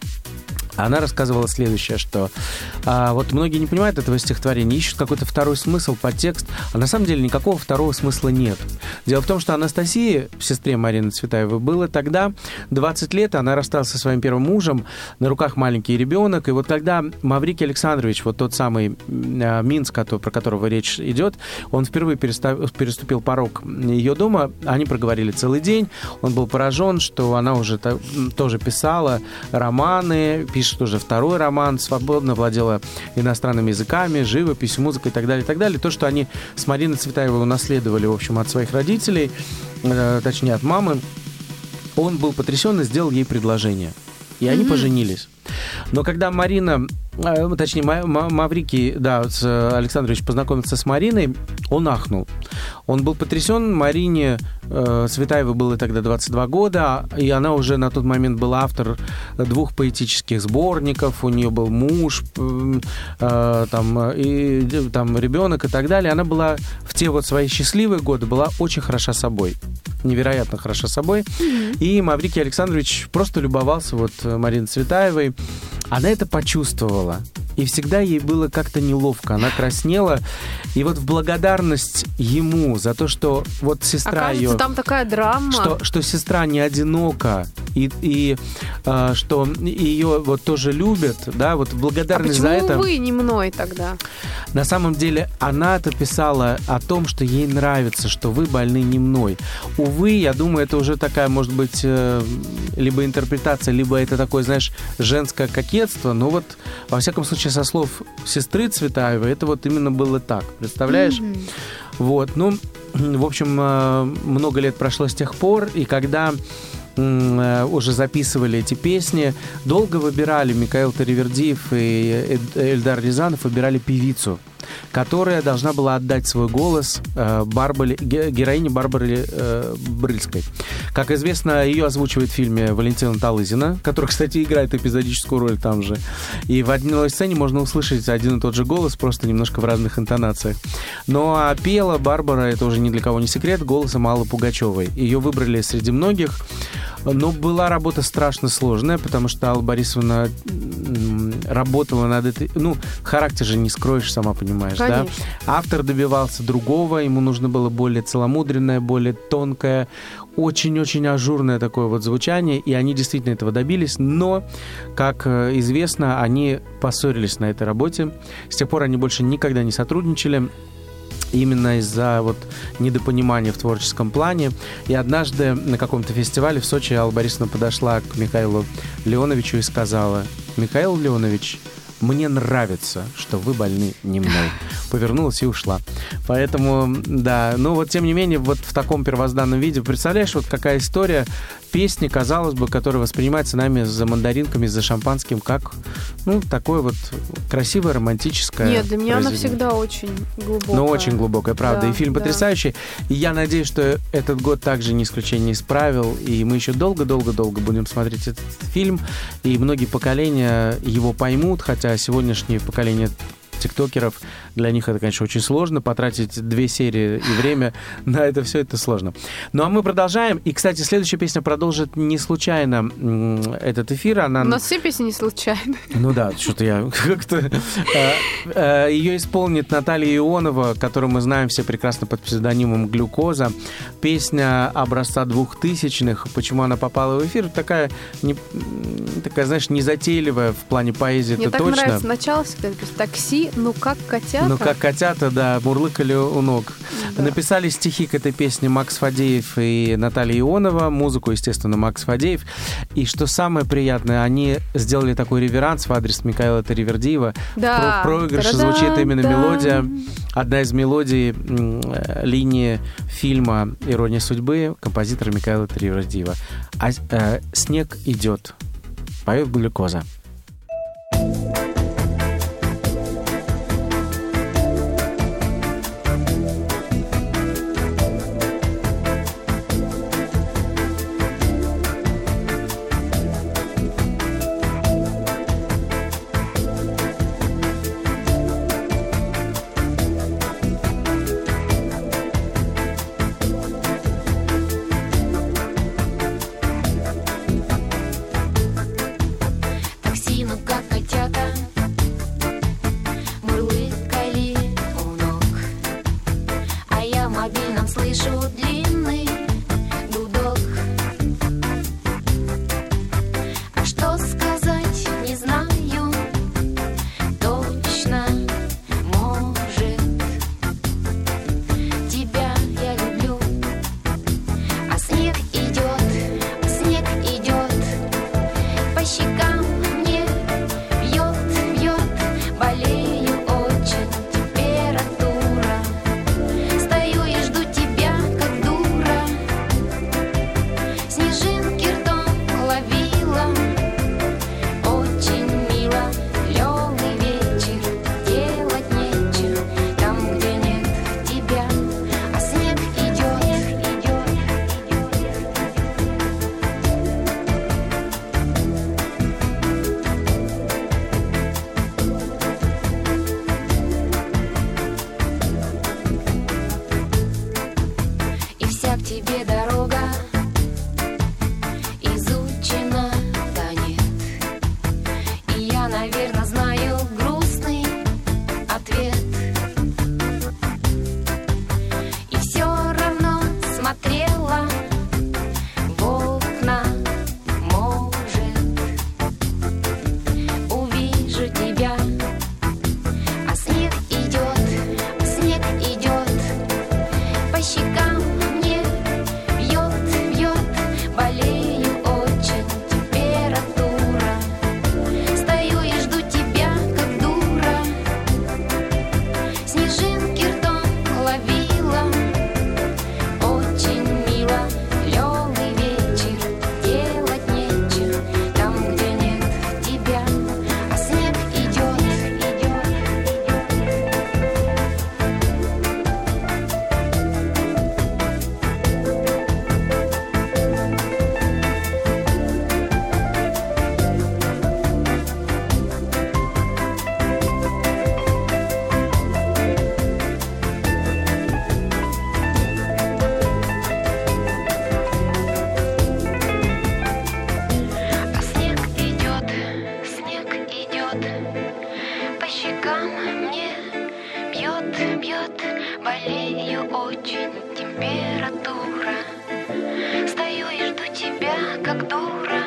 Она рассказывала следующее, что а, вот многие не понимают этого стихотворения, ищут какой-то второй смысл, подтекст, а на самом деле никакого второго смысла нет. Дело в том, что Анастасии, сестре Марины Цветаевой, было тогда двадцать лет, она рассталась со своим первым мужем, на руках маленький ребенок, и вот когда Маврикий Александрович, вот тот самый а, Минск, который, про которого речь идет, он впервые перестав, переступил порог ее дома, они проговорили целый день, он был поражен, что она уже та, тоже писала романы, пишет уже второй роман, свободно владела иностранными языками, живописью, музыкой и так далее, и так далее. То, что они с Мариной Цветаевой унаследовали, в общем, от своих родителей, э, точнее, от мамы, он был потрясен и сделал ей предложение. И они mm-hmm. поженились. Но когда Марина, э, точнее, Маврикий, да, Александрович познакомился с Мариной, он ахнул. Он был потрясен. Марине э, Цветаевой было тогда двадцать два года, и она уже на тот момент была автор двух поэтических сборников, у нее был муж, э, там, и, там, ребенок и так далее. Она была в те вот свои счастливые годы была очень хороша собой. Невероятно хороша собой. Mm-hmm. И Маврикий Александрович просто любовался вот Мариной Цветаевой. Она это почувствовала. И всегда ей было как-то неловко. Она краснела. И вот в благодарность ему за то, что вот сестра
Окажется,
ее...
там такая драма.
Что, что сестра не одинока. И, и э, что ее вот тоже любят. Да, вот благодарность
а
за это...
почему вы не мной тогда?
На самом деле она-то писала о том, что ей нравится, что вы больны не мной. Увы, я думаю, это уже такая, может быть, э, либо интерпретация, либо это такое, знаешь, женское кокетство. Но вот, во всяком случае, со слов сестры Цветаевой, это вот именно было так. Представляешь? Mm-hmm. Вот, ну, в общем, много лет прошло с тех пор, и когда уже записывали эти песни, долго выбирали, Микаэл Таривердиев и Эльдар Рязанов выбирали певицу, которая должна была отдать свой голос Барбаре, героине Барбаре Брыльской. Как известно, ее озвучивает в фильме Валентина Талызина, которая, кстати, играет эпизодическую роль там же. И в одной сцене можно услышать один и тот же голос, просто немножко в разных интонациях. Ну а пела Барбара, это уже ни для кого не секрет, голосом Аллы Пугачевой. Ее выбрали среди многих. Но была работа страшно сложная, потому что Алла Борисовна работала над этой... Ну, характер же не скроешь, сама понимаешь, конечно. Да? Автор добивался другого, ему нужно было более целомудренное, более тонкое, очень-очень ажурное такое вот звучание, и они действительно этого добились, но, как известно, они поссорились на этой работе. С тех пор они больше никогда не сотрудничали. Именно из-за вот недопонимания в творческом плане. И однажды на каком-то фестивале в Сочи Алла Борисовна подошла к Михаилу Леоновичу и сказала: «Михаил Леонович, мне нравится, что вы больны не мной». Повернулась и ушла. Поэтому, да, ну вот тем не менее, вот в таком первозданном виде, представляешь, вот какая история песни, казалось бы, которая воспринимается нами за мандаринками, за шампанским, как, ну, такое вот красивое, романтическое.
Нет, для меня она всегда очень глубокая.
Ну, очень глубокая, правда. Да, и фильм
да.
потрясающий. И я надеюсь, что этот год также ни исключения не исправил, и мы еще долго-долго-долго будем смотреть этот фильм, и многие поколения его поймут, хотя сегодняшнее поколение тиктокеров, для них это, конечно, очень сложно, потратить две серии и время на это все, это сложно. Ну, а мы продолжаем. И, кстати, следующая песня продолжит не случайно этот эфир. Она...
У нас все песни не случайны.
Ну да, что-то я как-то... Ее исполнит Наталья Ионова, которую мы знаем все прекрасно под псевдонимом «Глюкоза». Песня образца двухтысячных. Почему она попала в эфир? Такая, не... такая, знаешь, незатейливая в плане поэзии.
Мне
это
так
точно.
нравится начало всегда. Такси, ну как котята.
Ну как котята, да, мурлыкали у ног. Да. Написали стихи к этой песне Макс Фадеев и Наталья Ионова, музыку, естественно, Макс Фадеев. И что самое приятное, они сделали такой реверанс в адрес Микаэла Таривердиева.
Да.
В проигрыше звучит именно мелодия, одна из мелодий линии фильма «Ирония судьбы» композитора Микаэла Таривердиева. А, э, «Снег идет», поет «Глюкоза».
тебя как дура,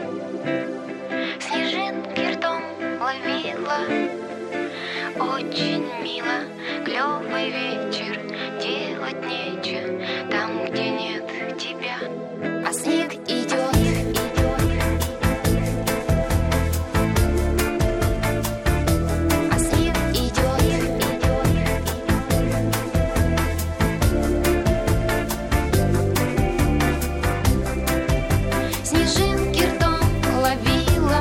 снежинки ртом ловила. Очень мило, клёвый вечер, делать нечего там, где нет тебя. А снег идёт, идёт, а снег идёт, идёт. Снежинки ртом ловила.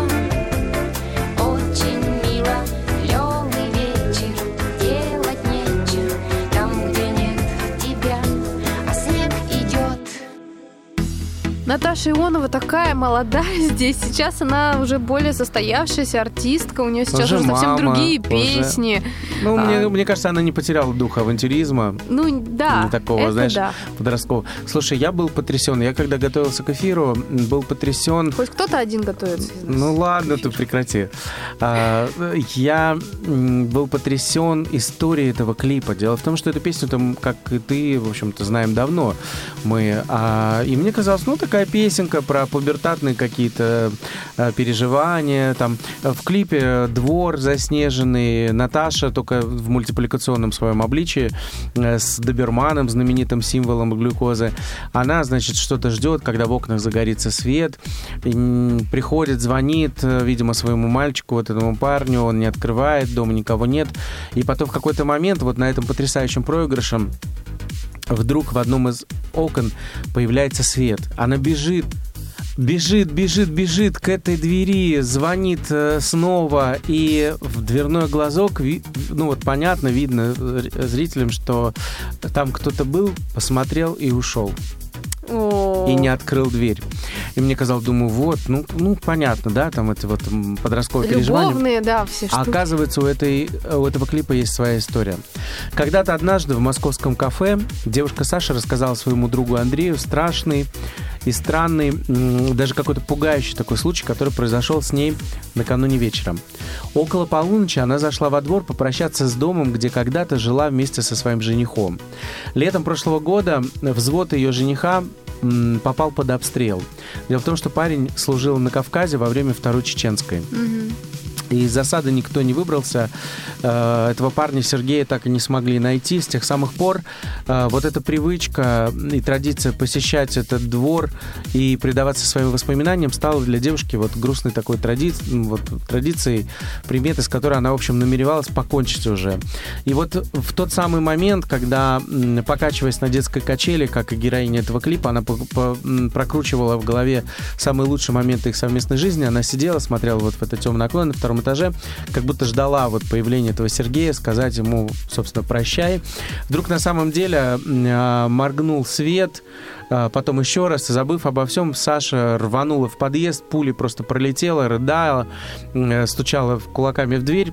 Очень мило, клёвый вечер, делать нечего там, где нет тебя, а снег идёт.
Наташа Ионова такая молодая здесь. Сейчас она уже более состоявшаяся артистка. У нее сейчас
Уже
уже совсем
мама,
другие
уже-
песни.
Ну,
А,
мне, мне кажется, она не потеряла дух авантюризма.
Ну, да,
Не такого,
это
знаешь,
да.
подросткового. Слушай, я был потрясен. Я когда готовился к эфиру, был потрясен.
Хоть кто-то один готовится из нас.
Ну ладно, ты прекрати. А, я м, был потрясен историей этого клипа. Дело в том, что эту песню, там, как и ты, в общем-то, знаем давно. Мы, а, и мне казалось, ну, такая песенка про пубертатные какие-то а, переживания. Там, в клипе двор заснеженный, Наташа только в мультипликационном своем обличии э, с доберманом, знаменитым символом глюкозы. Она, значит, что-то ждет, когда в окнах загорится свет. И, м, приходит, звонит, э, видимо, своему мальчику, вот этому парню, он не открывает, дома никого нет. И потом в какой-то момент вот на этом потрясающем проигрыше вдруг в одном из окон появляется свет. Она бежит, бежит, бежит, бежит к этой двери, звонит э, снова, и в дверной глазок, ви- ну вот понятно, видно э, зрителям, что там кто-то был, посмотрел и ушел. И не открыл дверь. И мне казалось, думаю, вот, ну, ну понятно, да, там это вот м, подростковое переживание.
Любовные, да, все
А
штуки.
оказывается, у, этой, у этого клипа есть своя история. Когда-то однажды в московском кафе девушка Саша рассказала своему другу Андрею страшный и странный, м, даже какой-то пугающий такой случай, который произошел с ней накануне вечером. Около полуночи она зашла во двор попрощаться с домом, где когда-то жила вместе со своим женихом. Летом прошлого года взвод ее жениха м, попал под обстрел. Дело в том, что парень служил на Кавказе во время Второй Чеченской.
Мгм.
И из засады никто не выбрался. Э, Этого парня Сергея так и не смогли найти. С тех самых пор э, вот эта привычка и традиция посещать этот двор и предаваться своим воспоминаниям стала для девушки вот грустной такой тради... вот, традицией, приметой, с которой она, в общем, намеревалась покончить уже. И вот в тот самый момент, когда, м, покачиваясь на детской качели, как и героиня этого клипа, она по- по- м, прокручивала в голове самые лучшие моменты их совместной жизни, она сидела, смотрела вот в это темное окно на втором этаже, как будто ждала вот появления этого Сергея, сказать ему, собственно, прощай. Вдруг на самом деле э, моргнул свет, э, потом еще раз, забыв обо всем, Саша рванула в подъезд, пуля просто пролетела, рыдала, э, стучала кулаками в дверь.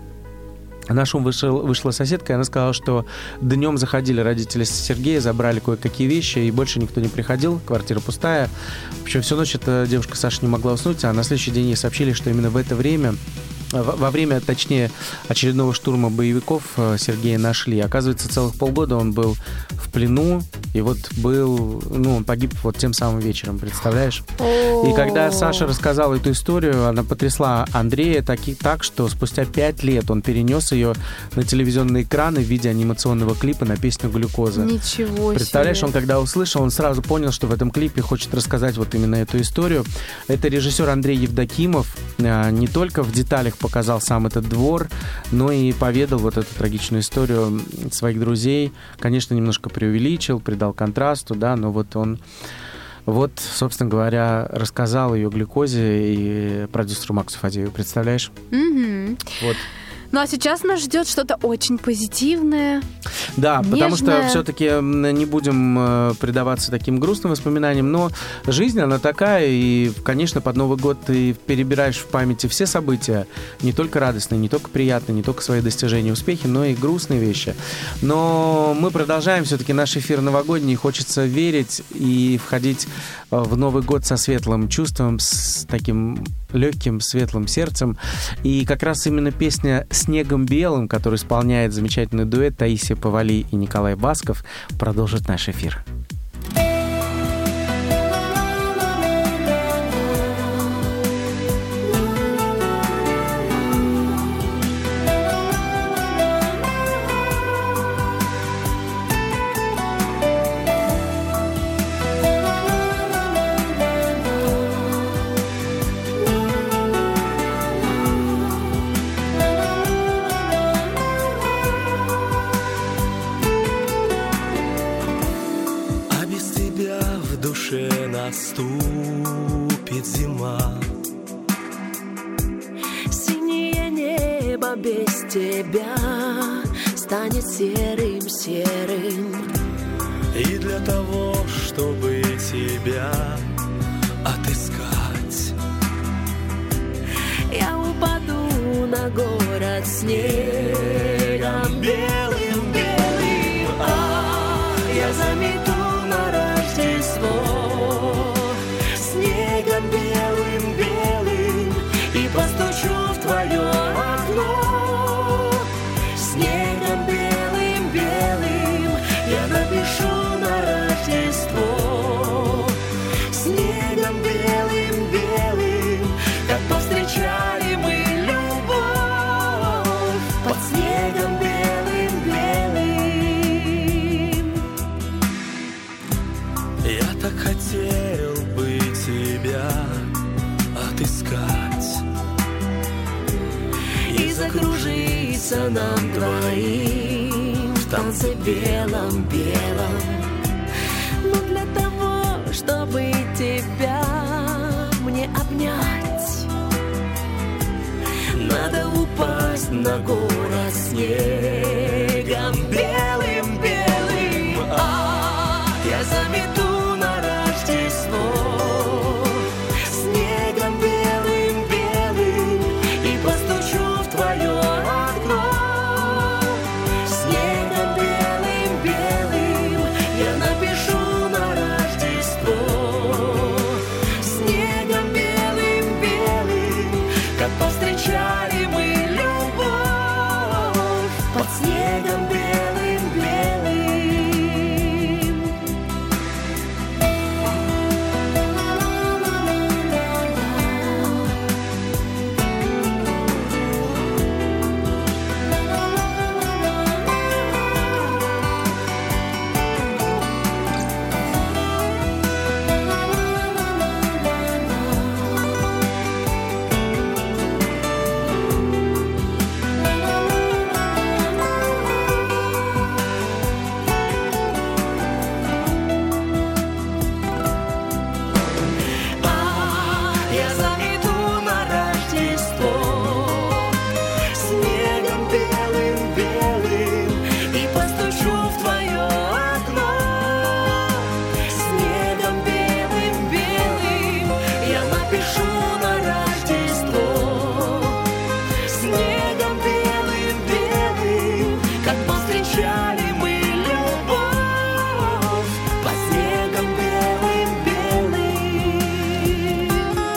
На шум вышел, вышла соседка, и она сказала, что днем заходили родители Сергея, забрали кое-какие вещи, и больше никто не приходил, квартира пустая. В общем, всю ночь эта девушка Саша не могла уснуть, а на следующий день ей сообщили, что именно в это время, во время, точнее, очередного штурма боевиков Сергея нашли. Оказывается, целых полгода он был в плену, и вот был, ну, он погиб вот тем самым вечером, представляешь? И когда Саша рассказала эту историю, она потрясла Андрея таки, так, что спустя пять лет он перенес ее на телевизионные экраны в виде анимационного клипа на песню «Глюкоза».
Ничего себе.
Представляешь, он когда услышал, он сразу понял, что в этом клипе хочет рассказать вот именно эту историю. Это режиссер Андрей Евдокимов а, не только в деталях показал сам этот двор, но и поведал вот эту трагичную историю своих друзей. Конечно, немножко преувеличил, придал контрасту, да, но вот он, вот, собственно говоря, рассказал ее «Глюкозе» и продюсеру Максу Фадееву. Представляешь?
Мгм.
Вот.
Ну а сейчас нас ждет что-то очень позитивное.
Да, потому что
Нежное.
все-таки не будем э, предаваться таким грустным воспоминаниям, но жизнь, она такая, и, конечно, под Новый год ты перебираешь в памяти все события, не только радостные, не только приятные, не только свои достижения, успехи, но и грустные вещи. Но мы продолжаем все-таки наш эфир новогодний, хочется верить и входить э, в Новый год со светлым чувством, с таким легким, светлым сердцем. И как раз именно песня «Снегом белым», которую исполняет замечательный дуэт Таисия Повали и Николай Басков, продолжит наш эфир.
наступит зима. Синее небо без тебя станет серым-серым. И для того, чтобы тебя отыскать, я упаду на город снегом белым-белым. А я замету на Рождество снегом белым-белым и постучу в твое окно. Снегом белым-белым я напишу на Рождество. Снегом белым-белым, как повстречали мы любовь под снегом белым-белым. Я так хотел бы тебя отыскать и закружиться нам двоим в танце белом-белом. Но для того, чтобы тебя мне обнять, надо упасть на город снегом белым-белым. А я замету на Рождество снегом белым-белым и постучу в твое окно. Снегом белым-белым я напишу на Рождество. Снегом белым-белым, как повстречали мы любовь под снегом белым-белым. Я замету на Рождество снегом белым-белым и постучу в твое окно. Снегом белым-белым я напишу на Рождество. Снегом белым-белым, как повстречали мы любовь под снегом белым-белым.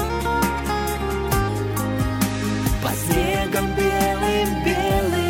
Под снегом белым-белым.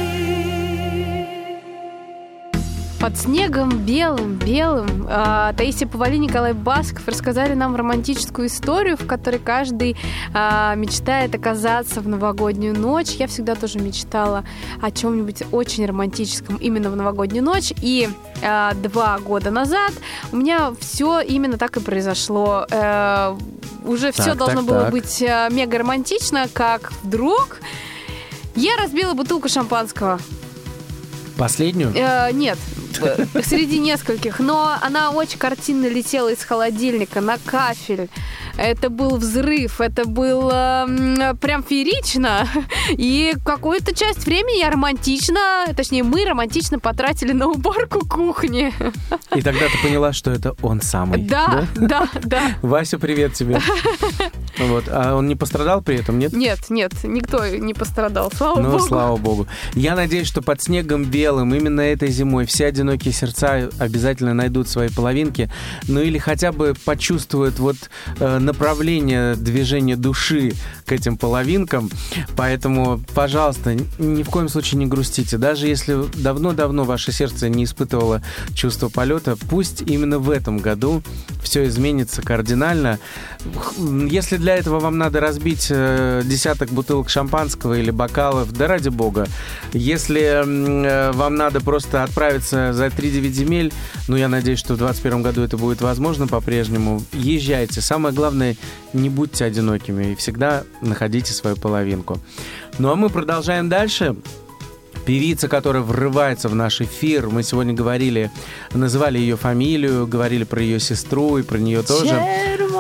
Под снегом белым-белым а, Таисия Повали и Николай Басков рассказали нам романтическую историю, в которой каждый а, мечтает оказаться в новогоднюю ночь. Я всегда тоже мечтала о чем-нибудь очень романтическом именно в новогоднюю ночь. И а, два года назад у меня все именно так и произошло. Э, уже все
Так,
должно
так,
было
так.
быть а, мега романтично, как вдруг я разбила бутылку шампанского.
Последнюю?
Э, нет, э, среди нескольких, но она очень картинно летела из холодильника на кафель. Это был взрыв, это было м, прям феерично. И какую-то часть времени я романтично, точнее, мы романтично потратили на уборку кухни.
И тогда ты поняла, что это он самый.
Да, да, да.
Вася, привет тебе. Вот. А он не пострадал при этом, нет?
Нет, нет, никто не пострадал, слава
Ну,
богу.
слава богу. Я надеюсь, что под снегом белым именно этой зимой все одинокие сердца обязательно найдут свои половинки, ну или хотя бы почувствуют вот э, направление движения души к этим половинкам. Поэтому, пожалуйста, ни в коем случае не грустите. Даже если давно-давно ваше сердце не испытывало чувство полета, пусть именно в этом году все изменится кардинально. Если для этого вам надо разбить э, десяток бутылок шампанского или бокалов, да ради бога. Если э, вам надо просто отправиться за три-девять земель, ну, я надеюсь, что в двадцать первом году это будет возможно по-прежнему, езжайте. Самое главное, не будьте одинокими и всегда находите свою половинку. Ну, а мы продолжаем дальше. Певица, которая врывается в наш эфир. Мы сегодня говорили, называли ее фамилию, говорили про ее сестру и про нее тоже.
Червоно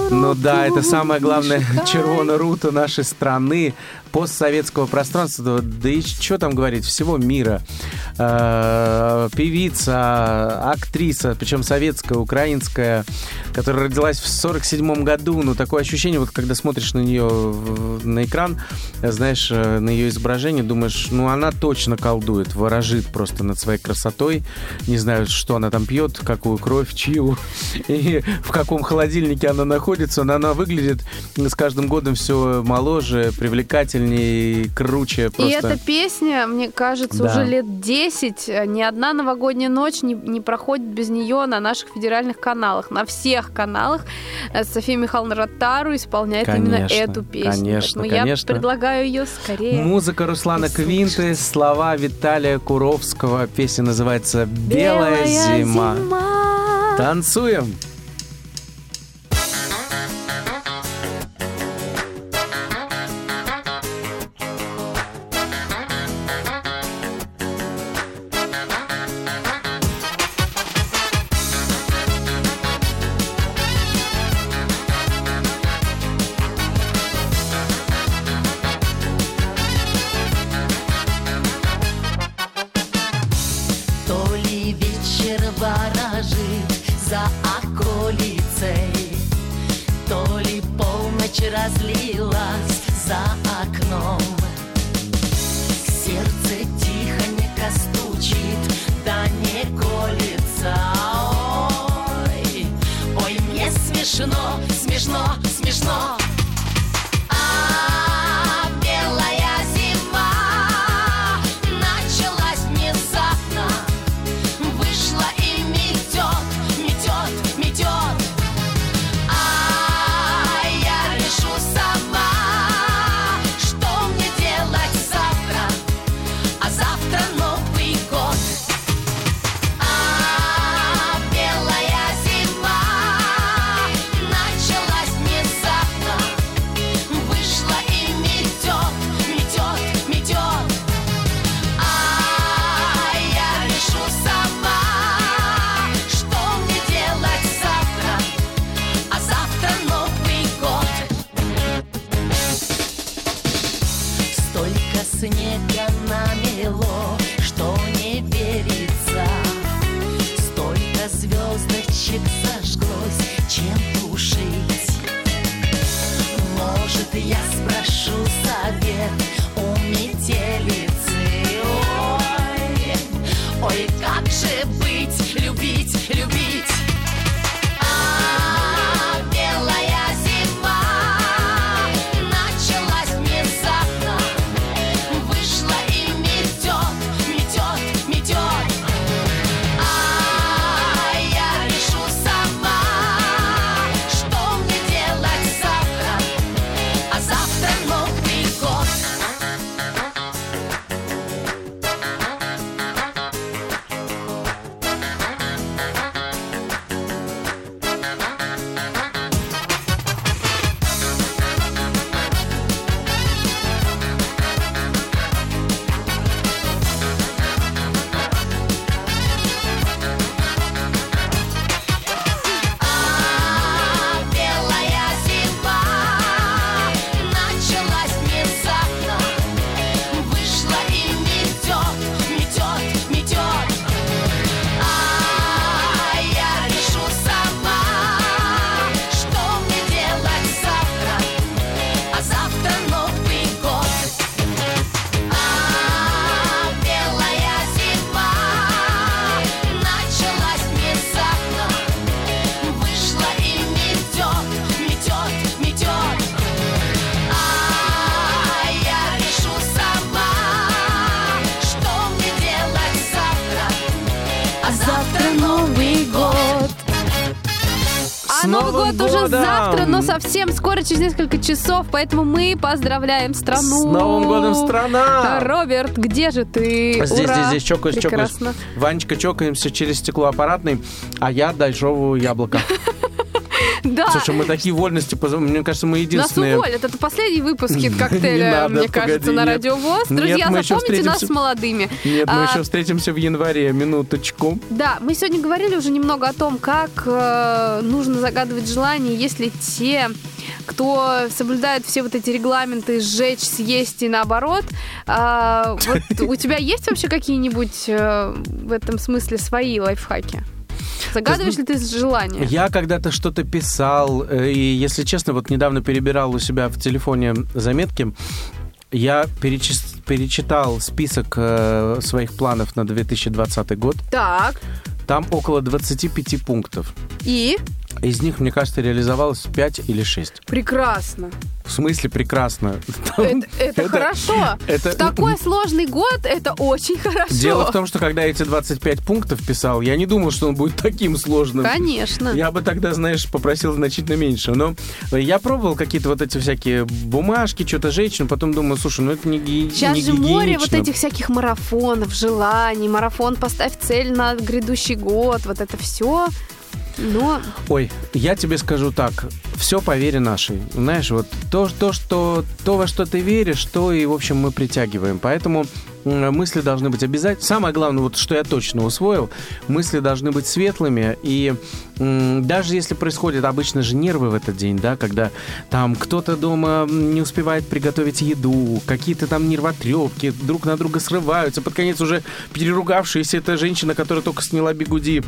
Ну да, это самое главное червоная рута нашей страны, постсоветского пространства, да и что там говорить, всего мира. Э, певица, актриса, причем советская, украинская, которая родилась в сорок седьмом году. Ну, такое ощущение, вот когда смотришь на нее на экран, знаешь, на ее изображение, думаешь, ну, она точно колдует, ворожит просто над своей красотой. Не знаю, что она там пьет, какую кровь, чью, и в каком холодильнике она находится, но она выглядит с каждым годом все моложе, привлекательнее, круче. Просто.
И эта песня, мне кажется,
да.
уже лет десять, ни одна новогодняя ночь не, не проходит без нее на наших федеральных каналах. На всех каналах София Михайловна Ротару исполняет
конечно,
именно эту песню.
Конечно,
Поэтому
конечно.
я предлагаю ее скорее.
Музыка Руслана Квинты, слова Виталия Куровского. Песня называется «Белая,
Белая
зима».
зима.
Танцуем!
То ли вечер ворожит за околицей, то ли полночь разлилась за окном. Сердце тихонько стучит, да не колется. Ой, ой, мне смешно, смешно, смешно. А белая зима началась внезапно, вышла и метет, метет, метет. А я решу сама, что мне делать завтра, а завтра Новый год. А белая зима началась внезапно, вышла и метет, метет, метет. А я решу сама, что мне делать завтра, а завтра Новый год. Столько снега намело, что не верится, столько звездочек зажглось, чем тушить. Может, я спрошу совет у метелицы. Ой, ой, как же быть, любить, любить. А белая зима началась внезапно, вышла и метет, метет, метет. А я решу сама, что мне делать завтра, а завтра Новый год. А белая зима началась внезапно, вышла и метет, метет, метет. А я решу сама, что мне делать завтра, а завтра Новый год. А белая зима началась внезапно, вышла и метет, метет, метет. А я решу сама, что мне делать завтра, а завтра Новый год.
А Новый
Новым
год уже
годом!
завтра, но совсем скоро, через несколько часов, поэтому мы поздравляем страну.
С Новым годом, страна!
Роберт, где же ты?
Здесь,
Ура!
здесь, здесь, чокаюсь, чокаюсь.
Прекрасно.
Ванечка, чокаемся через стекло аппаратный, а я дожевываю яблоко.
Да.
Слушай, мы такие вольности, поз- мне кажется, мы единственные...
Нас уволят. Это последний выпуск
Не
хит-коктейля,
надо,
мне
погоди,
кажется, на
нет.
Радио ВОС.
Нет,
Друзья,
мы еще
запомните нас
встретимся.
с молодыми.
Нет, мы
А,
еще встретимся в январе, минуточку.
Да, мы сегодня говорили уже немного о том, как э, нужно загадывать желания, если те, кто соблюдает все вот эти регламенты, сжечь, съесть и наоборот. А, вот у тебя есть вообще какие-нибудь э, в этом смысле свои лайфхаки? Загадываешь ли ты желание?
Я когда-то что-то писал, э, и, если честно, вот недавно перебирал у себя в телефоне заметки. Я перечис- перечитал список э, своих планов на две тысячи двадцатый год.
Так.
Там около двадцати пяти пунктов.
И?
Из них, мне кажется, реализовалось пять или шесть.
Прекрасно.
В смысле прекрасно?
Это, это хорошо.
это-
В такой сложный год это очень хорошо.
Дело в том, что когда я эти двадцать пять пунктов писал, я не думал, что он будет таким сложным.
Конечно.
Я бы тогда, знаешь, попросил значительно меньше. Но я пробовал какие-то вот эти всякие бумажки, что-то жечь, но потом думаю, слушай, ну это не, ги-
Сейчас
не
же море вот
гигиенично.
этих всяких марафонов, желаний, марафон «Поставь цель на грядущий год», вот это все. Но
Ой, я тебе скажу так, все по вере нашей. Знаешь, вот то, то, что, то, во что ты веришь, то и, в общем, мы притягиваем. Поэтому м, мысли должны быть обязательно. Самое главное, вот что я точно усвоил, мысли должны быть светлыми. И м, даже если происходят обычно же нервы в этот день, да, когда там кто-то дома не успевает приготовить еду, какие-то там нервотрепки, друг на друга срываются, под конец уже переругавшаяся эта женщина, которая только сняла бигуди,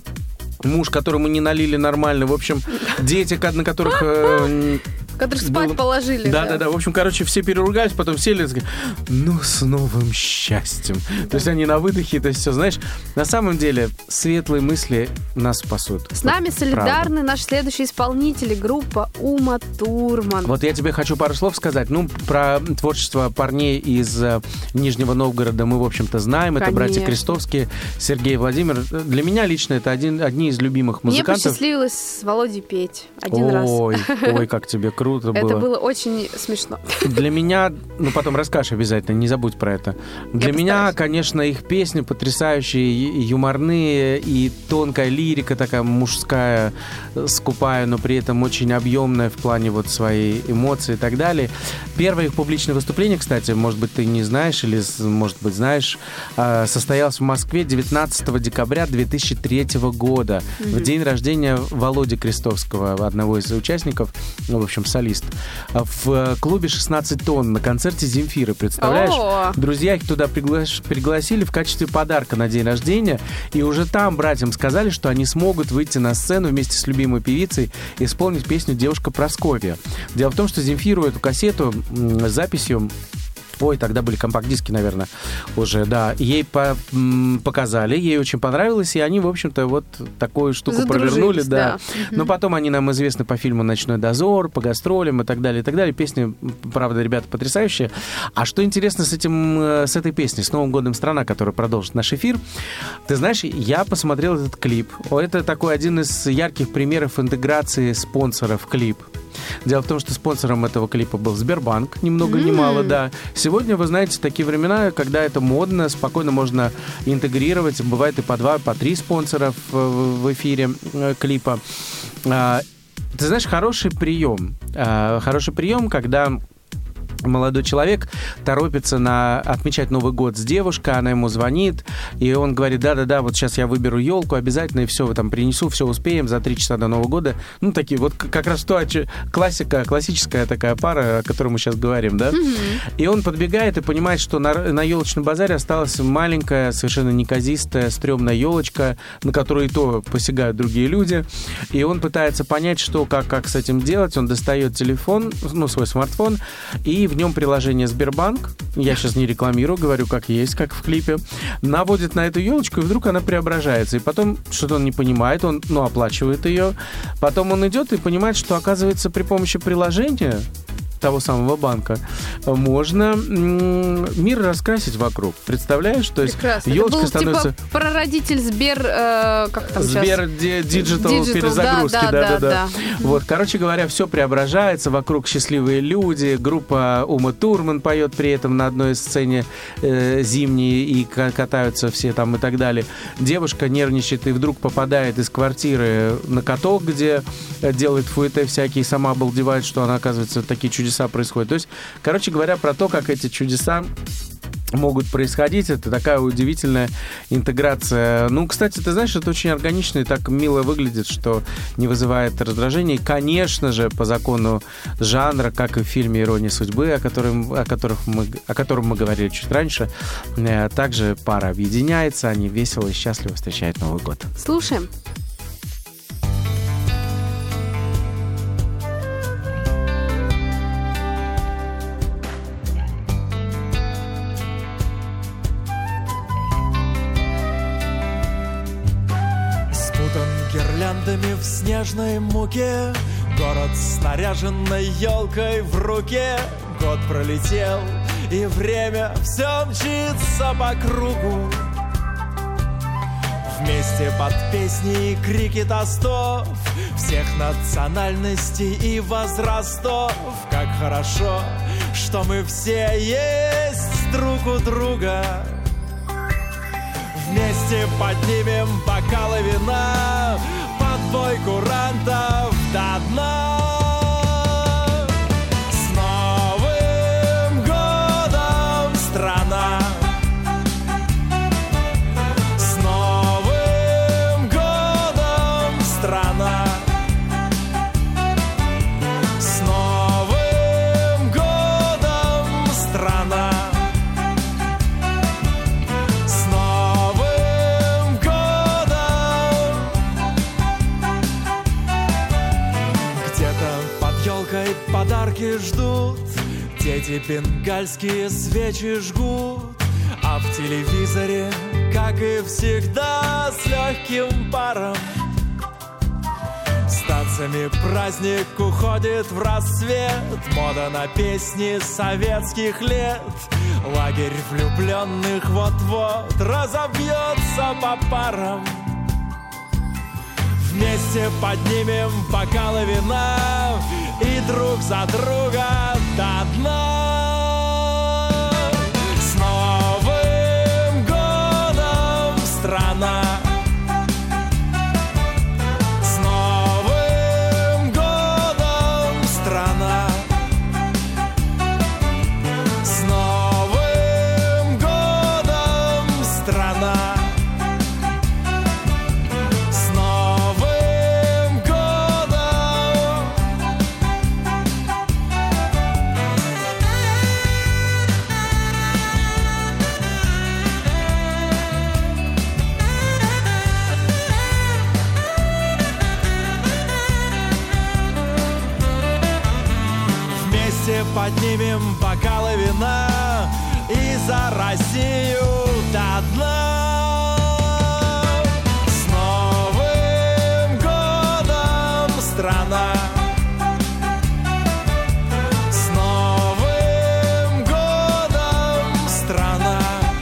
муж, которому не налили нормально, в общем, дети, на которых... э,
которых спать
было-
положили.
Да, да, да. В общем, короче, все переругались, потом сели и сказали, ну, с новым счастьем. То есть они на выдохе, то есть все, знаешь, на самом деле светлые мысли нас спасут.
С нами
Вот,
солидарны
правда.
наши следующие исполнители, группа Ума Турман.
Вот я тебе хочу пару слов сказать. Ну, про творчество парней из э, Нижнего Новгорода мы, в общем-то, знаем. Это братья
Конечно.
Крестовские, Сергей и Владимир. Для меня лично это один, одни из любимых
Мне
музыкантов.
посчастливилось с Володей петь один
ой,
раз.
ой, как тебе круто было.
Это было очень смешно.
Для меня, ну потом расскажешь обязательно, не забудь про это. Для
Я
меня,
постараюсь.
конечно, их песни потрясающие, и юморные, и тонкая лирика такая мужская, э, скупая, но при этом очень объемная в плане вот своей эмоции и так далее. Первое их публичное выступление, кстати, может быть, ты не знаешь или, с- может быть, знаешь, э, состоялось в Москве девятнадцатого декабря две тысячи третьего года, в
Мгм.
день рождения Володи Крестовского, одного из участников, ну, в общем, солист, в клубе шестнадцать тонн на концерте Земфиры, представляешь?
О!
Друзья их туда пригла- пригласили в качестве подарка на день рождения, и уже там братьям сказали, что они смогут выйти на сцену вместе с любимой певицей и исполнить песню «Девушка Прасковья». Дело в том, что Земфиру эту кассету м, с записью... Ой, тогда были компакт-диски, наверное, уже, да. Ей по- м, показали, ей очень понравилось, и они, в общем-то, вот такую штуку
Задружились,
провернули, да.
да. Мгм.
Но потом они нам известны по фильму «Ночной дозор», по гастролям и так далее, и так далее. Песни, правда, ребята, потрясающие. А что интересно с этим, э, с этой песней, с «Новым годом, страна», которая продолжит наш эфир? Ты знаешь, я посмотрел этот клип. О, это такой один из ярких примеров интеграции спонсора в клип. Дело в том, что спонсором этого клипа был Сбербанк, ни много ни
М.
мало, да. Сегодня, вы знаете, такие времена, когда это модно, спокойно можно интегрировать. Бывает и по два, по три спонсора в, в эфире э, клипа. А, ты знаешь, хороший прием. А, хороший прием, когда молодой человек торопится на отмечать Новый год с девушкой, она ему звонит, и он говорит, да-да-да, вот сейчас я выберу елку обязательно, и все там принесу, все успеем за три часа до Нового года. Ну, такие вот к- как раз то, о чё- классика, классическая такая пара, о которой мы сейчас говорим, да? И он подбегает и понимает, что на, на елочном базаре осталась маленькая, совершенно неказистая, стрёмная елочка, на которую и то посягают другие люди. И он пытается понять, что, как, как с этим делать. Он достает телефон, ну, свой смартфон, и в нем приложение Сбербанк. Я сейчас не рекламирую, говорю, как есть, как в клипе. Наводит на эту елочку, и вдруг она преображается. И потом что-то он не понимает, он, ну, оплачивает ее. Потом он идет и понимает, что, оказывается, при помощи приложения того самого банка, можно м, мир раскрасить вокруг. Представляешь? То есть елочка становится...
Типа прародитель Сбер... Э, как там
Сбер
сейчас?
диджитал перезагрузки.
Да, да, да, да, да.
Вот, короче говоря, все преображается, вокруг счастливые люди, группа Ума Турман поет при этом на одной сцене э, зимней и катаются все там и так далее. Девушка нервничает и вдруг попадает из квартиры на каток, где делает фуэте всякие, сама обалдевает, что она, оказывается, такие чудеса происходят. То есть, короче говоря, про то, как эти чудеса могут происходить. Это такая удивительная интеграция. Ну, кстати, ты знаешь, это очень органично и так мило выглядит, что не вызывает раздражения. И, конечно же, по закону жанра, как и в фильме «Ирония судьбы», о котором, о которых мы, о котором мы говорили чуть раньше, также пара объединяется, они весело и счастливо встречают Новый год.
Слушаем.
Гирляндами в снежной муке, город с наряженной елкой в руке. Год пролетел, и время все мчится по кругу. Вместе под песни и крики тостов всех национальностей и возрастов. Как хорошо, что мы все есть друг у друга. Вместе поднимем бокалы вина под бой курантов до дна. С Новым годом, страна! С Новым годом, страна! С Новым годом, страна! Подарки ждут, дети бенгальские свечи жгут, а в телевизоре, как и всегда, с легким паром с танцами праздник уходит в рассвет. Мода на песни советских лет. Лагерь влюбленных вот-вот разобьется по парам. Вместе поднимем бокалы вина и друг за друга до дна. С Новым годом, страна! С Новым годом, страна! С Новым годом, страна! Поднимем бокалы вина и за Россию до дна. С Новым годом, страна! С Новым годом, страна!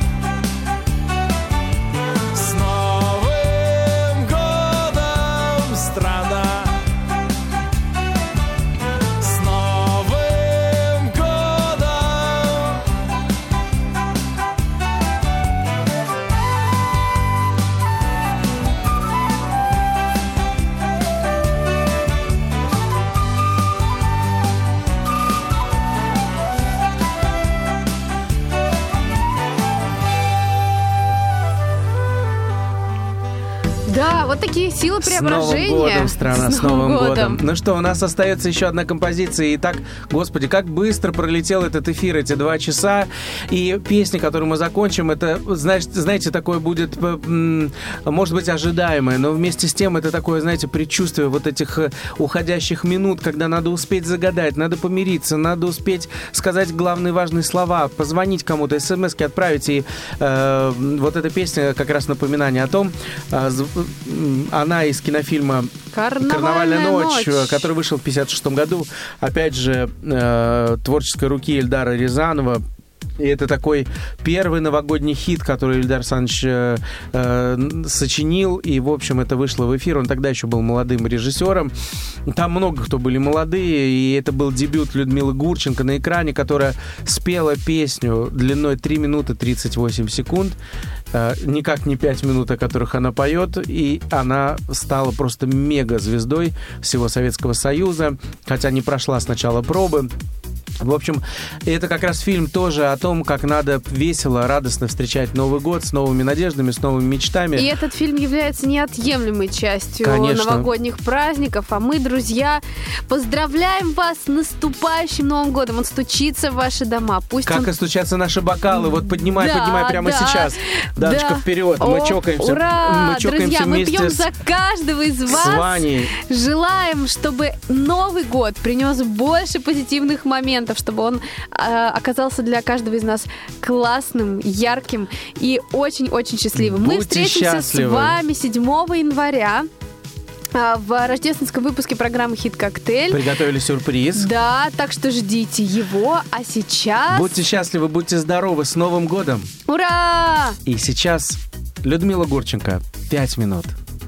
С Новым годом, страна!
Да, вот такие силы преображения.
С Новым годом, страна, с,
с
Новым,
Новым
годом.
годом.
Ну что, у нас остается еще одна композиция. И так, господи, как быстро пролетел этот эфир, эти два часа. И песня, которую мы закончим, это, знаете, знаете, такое будет, может быть, ожидаемое, но вместе с тем это такое, знаете, предчувствие вот этих уходящих минут, когда надо успеть загадать, надо помириться, надо успеть сказать главные важные слова, позвонить кому-то, смс-ки отправить. И э, вот эта песня как раз напоминание о том, э, она из кинофильма
«Карнавальная,
«Карнавальная ночь»,
ночь»,
который вышел в пятьдесят шестом году. Опять же, э, творческой руки Эльдара Рязанова. И это такой первый новогодний хит, который Эльдар Александрович э, э, сочинил. И, в общем, это вышло в эфир. Он тогда еще был молодым режиссером. Там много кто были молодые. И это был дебют Людмилы Гурченко на экране, которая спела песню длиной три минуты тридцать восемь секунд. Э, никак не пять минут, о которых она поет. И она стала просто мега-звездой всего Советского Союза. Хотя не прошла сначала пробы. В общем, это как раз фильм тоже о том, как надо весело, радостно встречать Новый год с новыми надеждами, с новыми мечтами.
И этот фильм является неотъемлемой частью
Конечно.
новогодних праздников. А мы, друзья, поздравляем вас с наступающим Новым годом. Он стучится в ваши дома. Пусть
как
он...
и стучатся наши бокалы. Вот поднимай,
Да,
поднимай прямо
да,
сейчас. Дашка,
да.
вперед. Мы
О,
чокаемся.
Ура!
Мы чокаемся
Друзья, мы
вместе
пьем
с...
за каждого из вас.
с Ваней.
Желаем, чтобы Новый год принес больше позитивных моментов, чтобы он э, оказался для каждого из нас классным, ярким и очень-очень счастливым. Мы
Будьте
встретимся
счастливы.
с вами седьмого января э, в рождественском выпуске программы «Хит-коктейль».
Приготовили сюрприз.
Да, так что ждите его. А сейчас...
Будьте счастливы, будьте здоровы. С Новым годом.
Ура!
И сейчас Людмила Гурченко. Пять минут.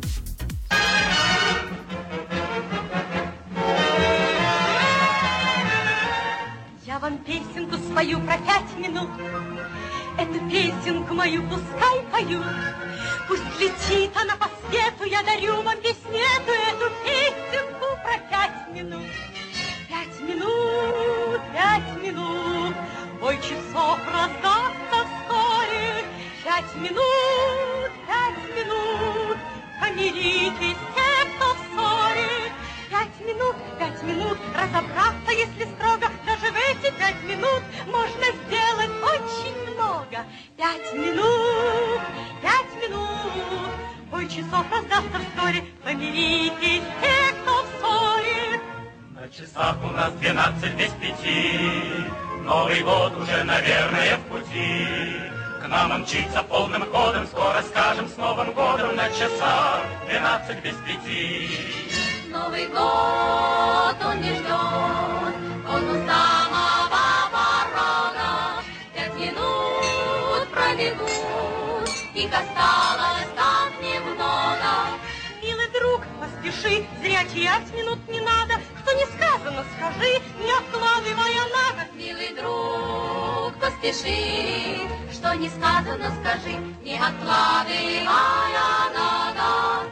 Я вам песенку спою про пять минут. Эту песенку мою пускай поют. Пусть летит она по свету, я дарю вам песню эту, эту песенку про пять минут. Пять минут, пять минут, бой часов раздастся вскоре. Пять минут, пять минут, помиритесь те, кто в ссоре. Пять минут, пять минут, разобраться, если строго, даже в эти пять минут можно сделать очень много. Пять минут, пять минут, бой часов раздастся вскоре, помиритесь те, кто в ссоре.
На часах у нас двенадцать без пяти, Новый год уже, наверное, в пути. К нам он мчится полным ходом, скоро скажем с Новым годом. На часах двенадцать без пяти.
Новый год он не ждет, он у самого порога. Пять минут пробегут, их осталось так немного.
Милый друг, поспеши, зря терять минут не надо. Что не сказано, скажи, не откладывая на год.
Милый друг, поспеши, что не сказано, скажи, не откладывая на год.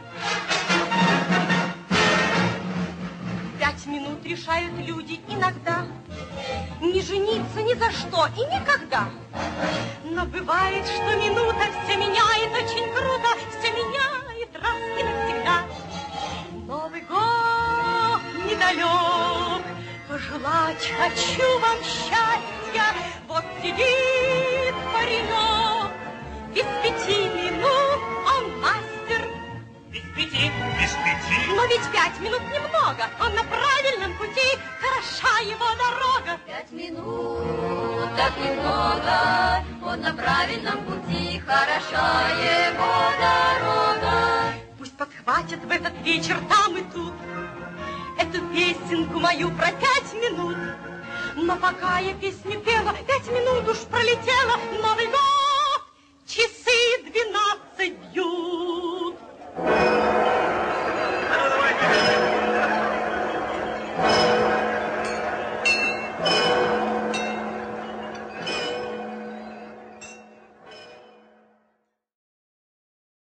Пять минут решают люди иногда не жениться ни за что и никогда. Но бывает, что минута все меняет очень круто, все меняет раз и навсегда. Новый год недалек, пожелать хочу вам счастья. Вот сидит паренек, без пяти минут он мастер.
Без пяти, без пяти.
Но ведь пять минут немного, он на правильном пути, хороша его дорога.
Пять минут, так немного, он на правильном пути, хороша его дорога.
Пусть подхватят в этот вечер там и тут эту песенку мою про пять минут. Но пока я песню пела, пять минут уж пролетела. Новый год